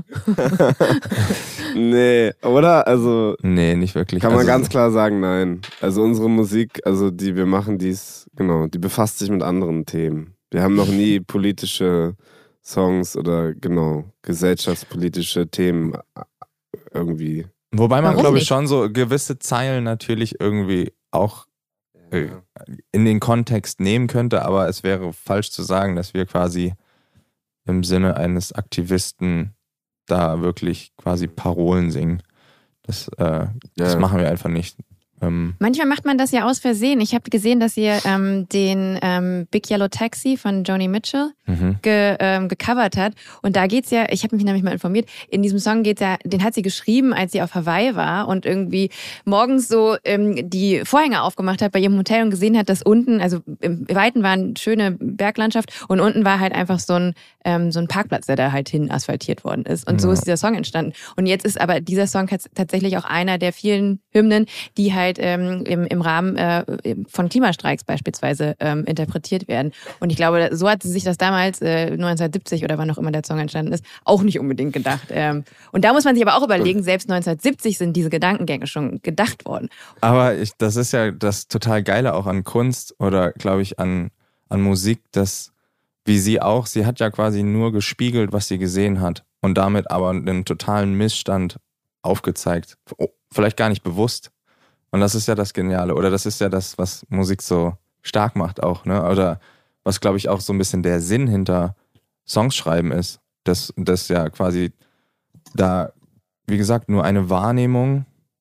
Nee, oder? Also Nee, nicht wirklich. kann man also, ganz klar sagen, nein. Also unsere Musik, also die wir machen, die ist, genau, die befasst sich mit anderen Themen. Wir haben noch nie politische Songs oder genau, gesellschaftspolitische Themen irgendwie. Wobei man, Warum glaube ich, nicht? schon so gewisse Zeilen natürlich irgendwie auch äh, in den Kontext nehmen könnte, aber es wäre falsch zu sagen, dass wir quasi im Sinne eines Aktivisten da wirklich quasi Parolen singen. Das, äh, das Ja. machen wir einfach nicht. Ähm, Manchmal macht man das ja aus Versehen. Ich habe gesehen, dass ihr ähm, den ähm, Big Yellow Taxi von Joni Mitchell mhm. ge, ähm, gecovert hat. Und da geht's ja, ich habe mich nämlich mal informiert, in diesem Song geht's ja, den hat sie geschrieben, als sie auf Hawaii war und irgendwie morgens so ähm, die Vorhänge aufgemacht hat bei ihrem Hotel und gesehen hat, dass unten, also im Weiten war eine schöne Berglandschaft und unten war halt einfach so ein, ähm, so ein Parkplatz, der da halt hin asphaltiert worden ist. Und Ja. so ist dieser Song entstanden. Und jetzt ist aber dieser Song tatsächlich auch einer der vielen Hymnen, die halt ähm, im, im Rahmen äh, von Klimastreiks beispielsweise ähm, interpretiert werden. Und ich glaube, so hat sie sich das damals, äh, neunzehnhundertsiebzig oder wann auch immer der Song entstanden ist, auch nicht unbedingt gedacht. Ähm, und da muss man sich aber auch überlegen, selbst neunzehnhundertsiebzig sind diese Gedankengänge schon gedacht worden. Aber ich, das ist ja das total Geile auch an Kunst oder, glaube ich, an, an Musik, dass, wie sie auch, sie hat ja quasi nur gespiegelt, was sie gesehen hat und damit aber einen totalen Missstand aufgezeigt. Oh, vielleicht gar nicht bewusst. Und das ist ja das Geniale oder das ist ja das, was Musik so stark macht auch, ne? Oder was, glaube ich, auch so ein bisschen der Sinn hinter Songs schreiben ist, dass das ja quasi da, wie gesagt, nur eine Wahrnehmung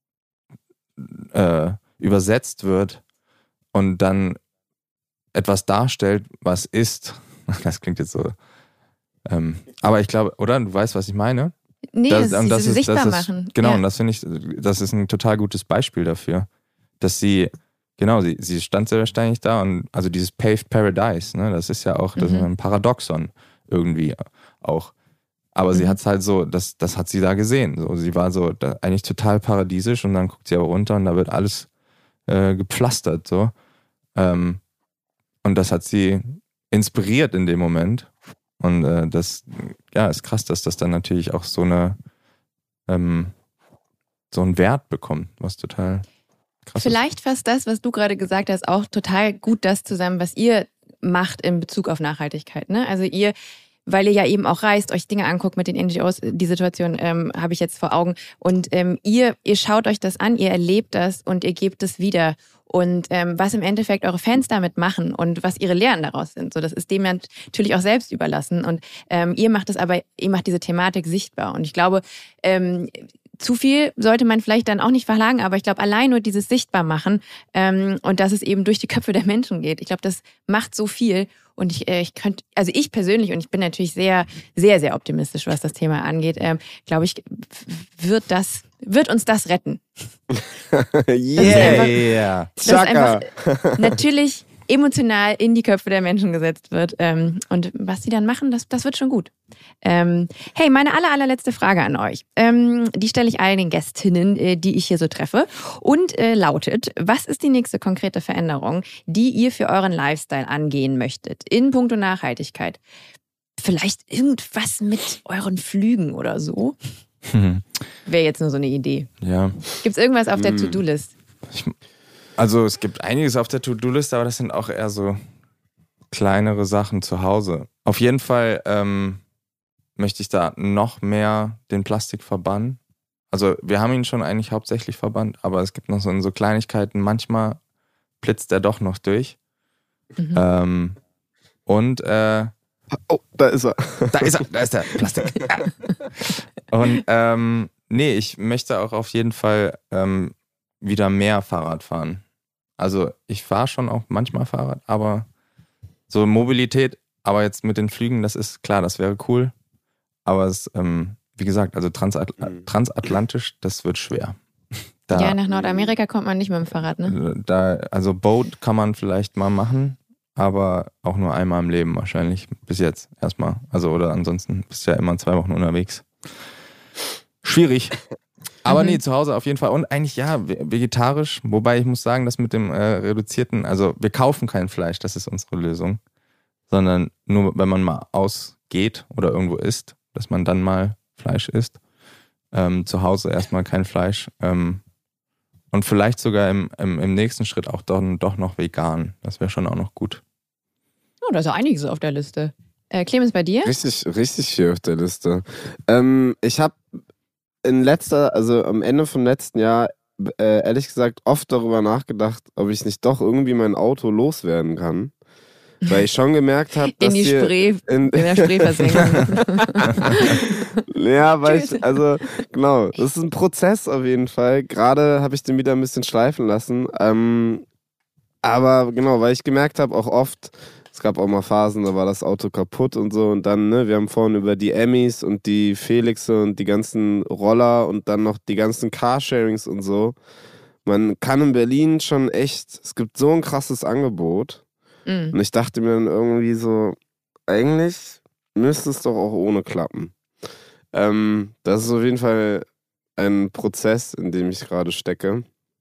äh, übersetzt wird und dann etwas darstellt, was ist. Das klingt jetzt so. Ähm, aber ich glaube, oder? Du weißt, was ich meine? Nee, Das- das, und das, ist- sichtbar das ist, machen. Genau, Ja. und das finde ich, das ist ein total gutes Beispiel dafür, dass sie, genau, sie, sie stand selbstständig da und also dieses Paved Paradise, ne, das ist ja auch das ist Mhm. ein Paradoxon irgendwie auch. Aber sie Mhm. hat es halt so, das, das hat sie da gesehen. So, sie war so da, eigentlich total paradiesisch und dann guckt sie aber runter und da wird alles äh, gepflastert. So. Ähm, und das hat sie inspiriert in dem Moment. Und äh, das ja, ist krass, dass das dann natürlich auch so eine ähm, so einen Wert bekommt, was total krass Vielleicht fasst das, was du gerade gesagt hast, auch total gut das zusammen, was ihr macht in Bezug auf Nachhaltigkeit. Ne? Also ihr, weil ihr ja eben auch reist, euch Dinge anguckt mit den N G Os, die Situation ähm, habe ich jetzt vor Augen. Und ähm, ihr, ihr schaut euch das an, ihr erlebt das und ihr gebt es wieder. und ähm, was im Endeffekt eure Fans damit machen und was ihre Lehren daraus sind. So, das ist dem natürlich auch selbst überlassen. Und ähm, ihr macht es aber, ihr macht diese Thematik sichtbar. Und ich glaube, ähm, zu viel sollte man vielleicht dann auch nicht verlagen, aber ich glaube, allein nur dieses Sichtbarmachen ähm, und dass es eben durch die Köpfe der Menschen geht, ich glaube, das macht so viel. Und ich, äh, ich könnte, also ich persönlich, und ich bin natürlich sehr, sehr, sehr optimistisch, was das Thema angeht, ähm, glaube ich, wird das, wird uns das retten. Yeah! Dass es einfach natürlich emotional in die Köpfe der Menschen gesetzt wird. Ähm, und was sie dann machen, das, das wird schon gut. Ähm, hey, meine aller, allerletzte Frage an euch. Ähm, die stelle ich allen den Gästinnen, äh, die ich hier so treffe. Und äh, lautet, was ist die nächste konkrete Veränderung, die ihr für euren Lifestyle angehen möchtet? In puncto Nachhaltigkeit. Vielleicht irgendwas mit euren Flügen oder so? Mhm. Wäre jetzt nur so eine Idee. Ja. Gibt es irgendwas auf der Mhm. To-Do-List? Ich, also es gibt einiges auf der To-Do-Liste, aber das sind auch eher so kleinere Sachen zu Hause. Auf jeden Fall ähm, möchte ich da noch mehr den Plastik verbannen. Also wir haben ihn schon eigentlich hauptsächlich verbannt, aber es gibt noch so, so Kleinigkeiten. Manchmal blitzt er doch noch durch. Mhm. Ähm, und äh, Oh, da ist er. da ist er, da ist der Plastik. Ja. Und ähm, nee, ich möchte auch auf jeden Fall ähm, wieder mehr Fahrrad fahren. Also ich fahre schon auch manchmal Fahrrad, aber so Mobilität, aber jetzt mit den Flügen, das ist klar, das wäre cool. Aber es, ähm, wie gesagt, also Transat- Mhm. transatlantisch, das wird schwer. Da, Ja, nach Nordamerika kommt man nicht mit dem Fahrrad, ne? da, also Boat kann man vielleicht mal machen, aber auch nur einmal im Leben wahrscheinlich. Bis jetzt erstmal. Also oder ansonsten bist du ja immer zwei Wochen unterwegs. Schwierig. Aber Mhm. nee, zu Hause auf jeden Fall. Und eigentlich ja, vegetarisch. Wobei ich muss sagen, dass mit dem äh, reduzierten, also wir kaufen kein Fleisch, das ist unsere Lösung. Sondern nur, wenn man mal ausgeht oder irgendwo isst, dass man dann mal Fleisch isst. Ähm, zu Hause erstmal kein Fleisch. Ähm, und vielleicht sogar im, im, im nächsten Schritt auch doch, doch noch vegan. Das wäre schon auch noch gut. Oh, da ist ja einiges auf der Liste. Äh, Clemens, bei dir? Richtig, richtig viel auf der Liste. Ähm, ich habe in letzter, also am Ende vom letzten Jahr, äh, ehrlich gesagt, oft darüber nachgedacht, ob ich nicht doch irgendwie mein Auto loswerden kann. Weil ich schon gemerkt habe, dass In die hier Spree, in, in der Spree versenken. ja, weil Tschüss. ich, also genau, das ist ein Prozess auf jeden Fall. Gerade habe ich den wieder ein bisschen schleifen lassen. Ähm, aber genau, weil ich gemerkt habe, auch oft, es gab auch mal Phasen, da war das Auto kaputt und so. Und dann, ne, wir haben vorhin über die Emmys und die Felixe und die ganzen Roller und dann noch die ganzen Carsharings und so. Man kann in Berlin schon echt, es gibt so ein krasses Angebot. Mhm. Und ich dachte mir dann irgendwie so, eigentlich müsste es doch auch ohne klappen. Ähm, das ist auf jeden Fall ein Prozess, in dem ich gerade stecke.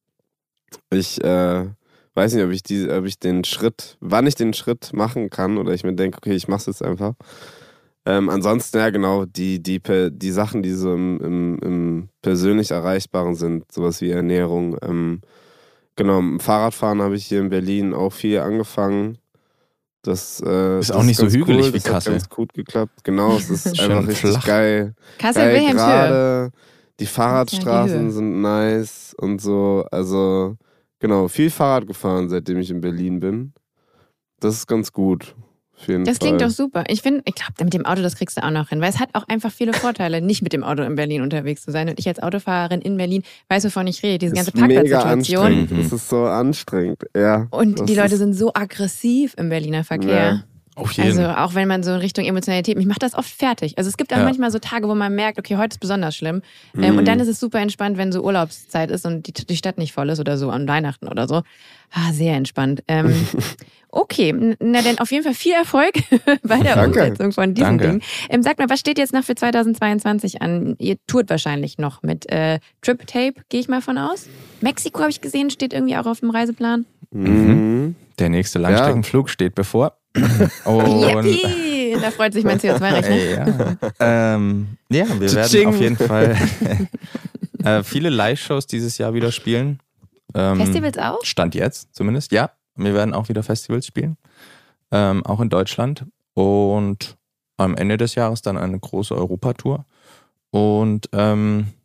Ich äh, weiß nicht, ob ich, die, ob ich den Schritt, wann ich den Schritt machen kann oder ich mir denke, okay, ich mach's jetzt einfach. Ähm, ansonsten, ja genau, die, die, die Sachen, die so im, im, im persönlich Erreichbaren sind, sowas wie Ernährung. Ähm, genau, im Fahrradfahren habe ich hier in Berlin auch viel angefangen. Das äh, Ist das auch nicht so ganz hügelig cool. wie Das hat Kassel. ganz gut geklappt. Genau, es ist Schön einfach richtig flach. geil. Kassel, Geil Wilhelmshöhe. gerade. Die Ja, die Fahrradstraßen Höhe. sind nice und so. Also, genau, viel Fahrrad gefahren, seitdem ich in Berlin bin. Das ist ganz gut. Auf jeden Das Fall. klingt doch super. Ich finde, ich glaube, mit dem Auto, das kriegst du auch noch hin. Weil es hat auch einfach viele Vorteile, nicht mit dem Auto in Berlin unterwegs zu sein. Und ich als Autofahrerin in Berlin weiß, wovon ich rede. Diese Das ganze ist mega Parkplatzsituation. anstrengend. Mhm. Das ist so anstrengend, ja. Und Das die Leute ist, sind so aggressiv im Berliner Verkehr. Ja. Auf jeden Also auch wenn man so in Richtung Emotionalität, mich macht das oft fertig. Also es gibt auch Ja. manchmal so Tage, wo man merkt, okay, heute ist besonders schlimm. Ähm, Mhm. und dann ist es super entspannt, wenn so Urlaubszeit ist und die, die Stadt nicht voll ist oder so an Weihnachten oder so. Ah, sehr entspannt. Ähm, okay, na dann auf jeden Fall viel Erfolg bei der Danke. Umsetzung von diesem Danke. Ding. Ähm, sag mal, was steht jetzt noch für zweitausendzweiundzwanzig an? Ihr tourt wahrscheinlich noch mit äh, Trip Tape, gehe ich mal von aus. Mexiko habe ich gesehen, steht irgendwie auch auf dem Reiseplan. Mhm. Der nächste Langstreckenflug steht bevor. Und Yippie! Da freut sich mein C O zwei Rechner. ja, ähm, ja, wir werden Tsching. auf jeden Fall äh, viele Live-Shows dieses Jahr wieder spielen. Ähm, Festivals auch? Stand jetzt zumindest, ja. Wir werden auch wieder Festivals spielen. Ähm, auch in Deutschland. Und am Ende des Jahres dann eine große Europatour. Und ähm,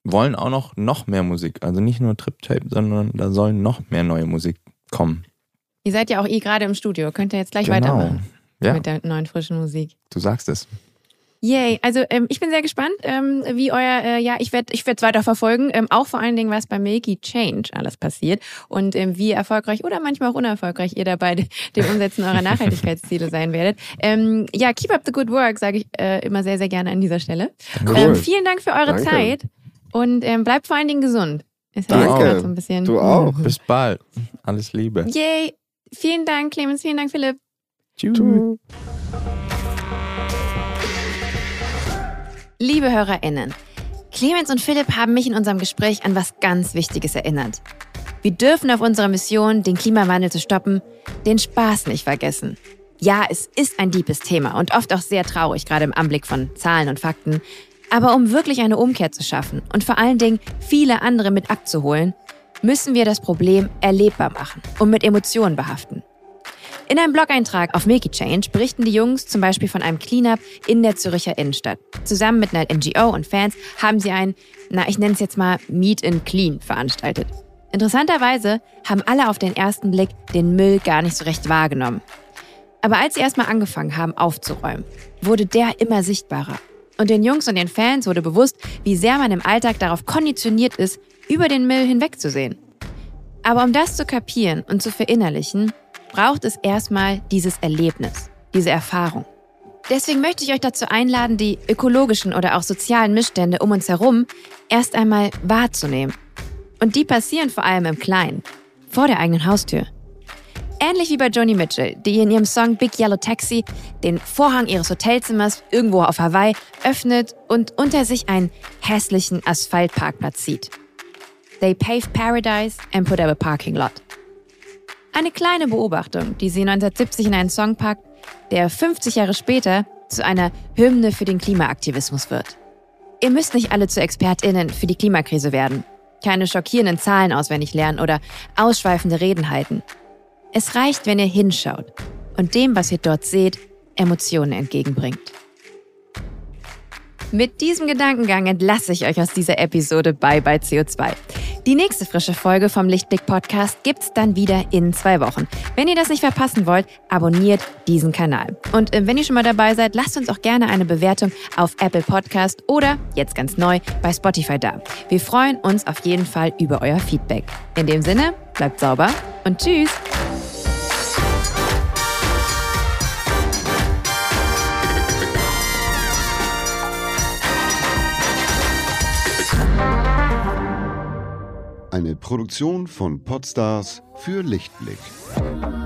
wollen auch noch, noch mehr Musik. Also nicht nur Trip-Tape, sondern da soll noch mehr neue Musik kommen. Ihr seid ja auch eh gerade im Studio. Könnt ihr jetzt gleich Genau. weitermachen Ja. mit der neuen frischen Musik. Du sagst es. Yay, also ähm, ich bin sehr gespannt, ähm, wie euer, äh, ja, ich werde ich werde es weiter verfolgen, ähm, auch vor allen Dingen, was bei Milky Change alles passiert und ähm, wie erfolgreich oder manchmal auch unerfolgreich ihr dabei dem Umsetzen eurer Nachhaltigkeitsziele sein werdet. Ähm, ja, keep up the good work, sage ich äh, immer sehr, sehr gerne an dieser Stelle. Cool. Ähm, vielen Dank für eure Danke. Zeit und ähm, bleibt vor allen Dingen gesund. Ist ja Danke. jetzt gerade so ein bisschen. Du auch. Bis bald. Alles Liebe. Yay, vielen Dank, Clemens, vielen Dank, Philipp. Tschüss. Liebe HörerInnen, Clemens und Philipp haben mich in unserem Gespräch an was ganz Wichtiges erinnert. Wir dürfen auf unserer Mission, den Klimawandel zu stoppen, den Spaß nicht vergessen. Ja, es ist ein deepes Thema und oft auch sehr traurig, gerade im Anblick von Zahlen und Fakten. Aber um wirklich eine Umkehr zu schaffen und vor allen Dingen viele andere mit abzuholen, müssen wir das Problem erlebbar machen und mit Emotionen behaften. In einem Blog-Eintrag auf Milky Change berichten die Jungs zum Beispiel von einem Cleanup in der Zürcher Innenstadt. Zusammen mit einer N G O und Fans haben sie ein, na ich nenne es jetzt mal Meet and Clean veranstaltet. Interessanterweise haben alle auf den ersten Blick den Müll gar nicht so recht wahrgenommen. Aber als sie erstmal angefangen haben aufzuräumen, wurde der immer sichtbarer. Und den Jungs und den Fans wurde bewusst, wie sehr man im Alltag darauf konditioniert ist, über den Müll hinwegzusehen. Aber um das zu kapieren und zu verinnerlichen, braucht es erstmal dieses Erlebnis, diese Erfahrung. Deswegen möchte ich euch dazu einladen, die ökologischen oder auch sozialen Missstände um uns herum erst einmal wahrzunehmen. Und die passieren vor allem im Kleinen, vor der eigenen Haustür. Ähnlich wie bei Joni Mitchell, die in ihrem Song Big Yellow Taxi den Vorhang ihres Hotelzimmers irgendwo auf Hawaii öffnet und unter sich einen hässlichen Asphaltparkplatz sieht. They paved paradise and put up a parking lot. Eine kleine Beobachtung, die sie neunzehnhundertsiebzig in einen Song packt, der fünfzig Jahre später zu einer Hymne für den Klimaaktivismus wird. Ihr müsst nicht alle zu ExpertInnen für die Klimakrise werden, keine schockierenden Zahlen auswendig lernen oder ausschweifende Reden halten. Es reicht, wenn ihr hinschaut und dem, was ihr dort seht, Emotionen entgegenbringt. Mit diesem Gedankengang entlasse ich euch aus dieser Episode Bye Bye C O zwei. Die nächste frische Folge vom Lichtblick-Podcast gibt's dann wieder in zwei Wochen. Wenn ihr das nicht verpassen wollt, abonniert diesen Kanal. Und äh, wenn ihr schon mal dabei seid, lasst uns auch gerne eine Bewertung auf Apple Podcast oder, jetzt ganz neu, bei Spotify da. Wir freuen uns auf jeden Fall über euer Feedback. In dem Sinne, bleibt sauber und tschüss! Eine Produktion von Podstars für Lichtblick.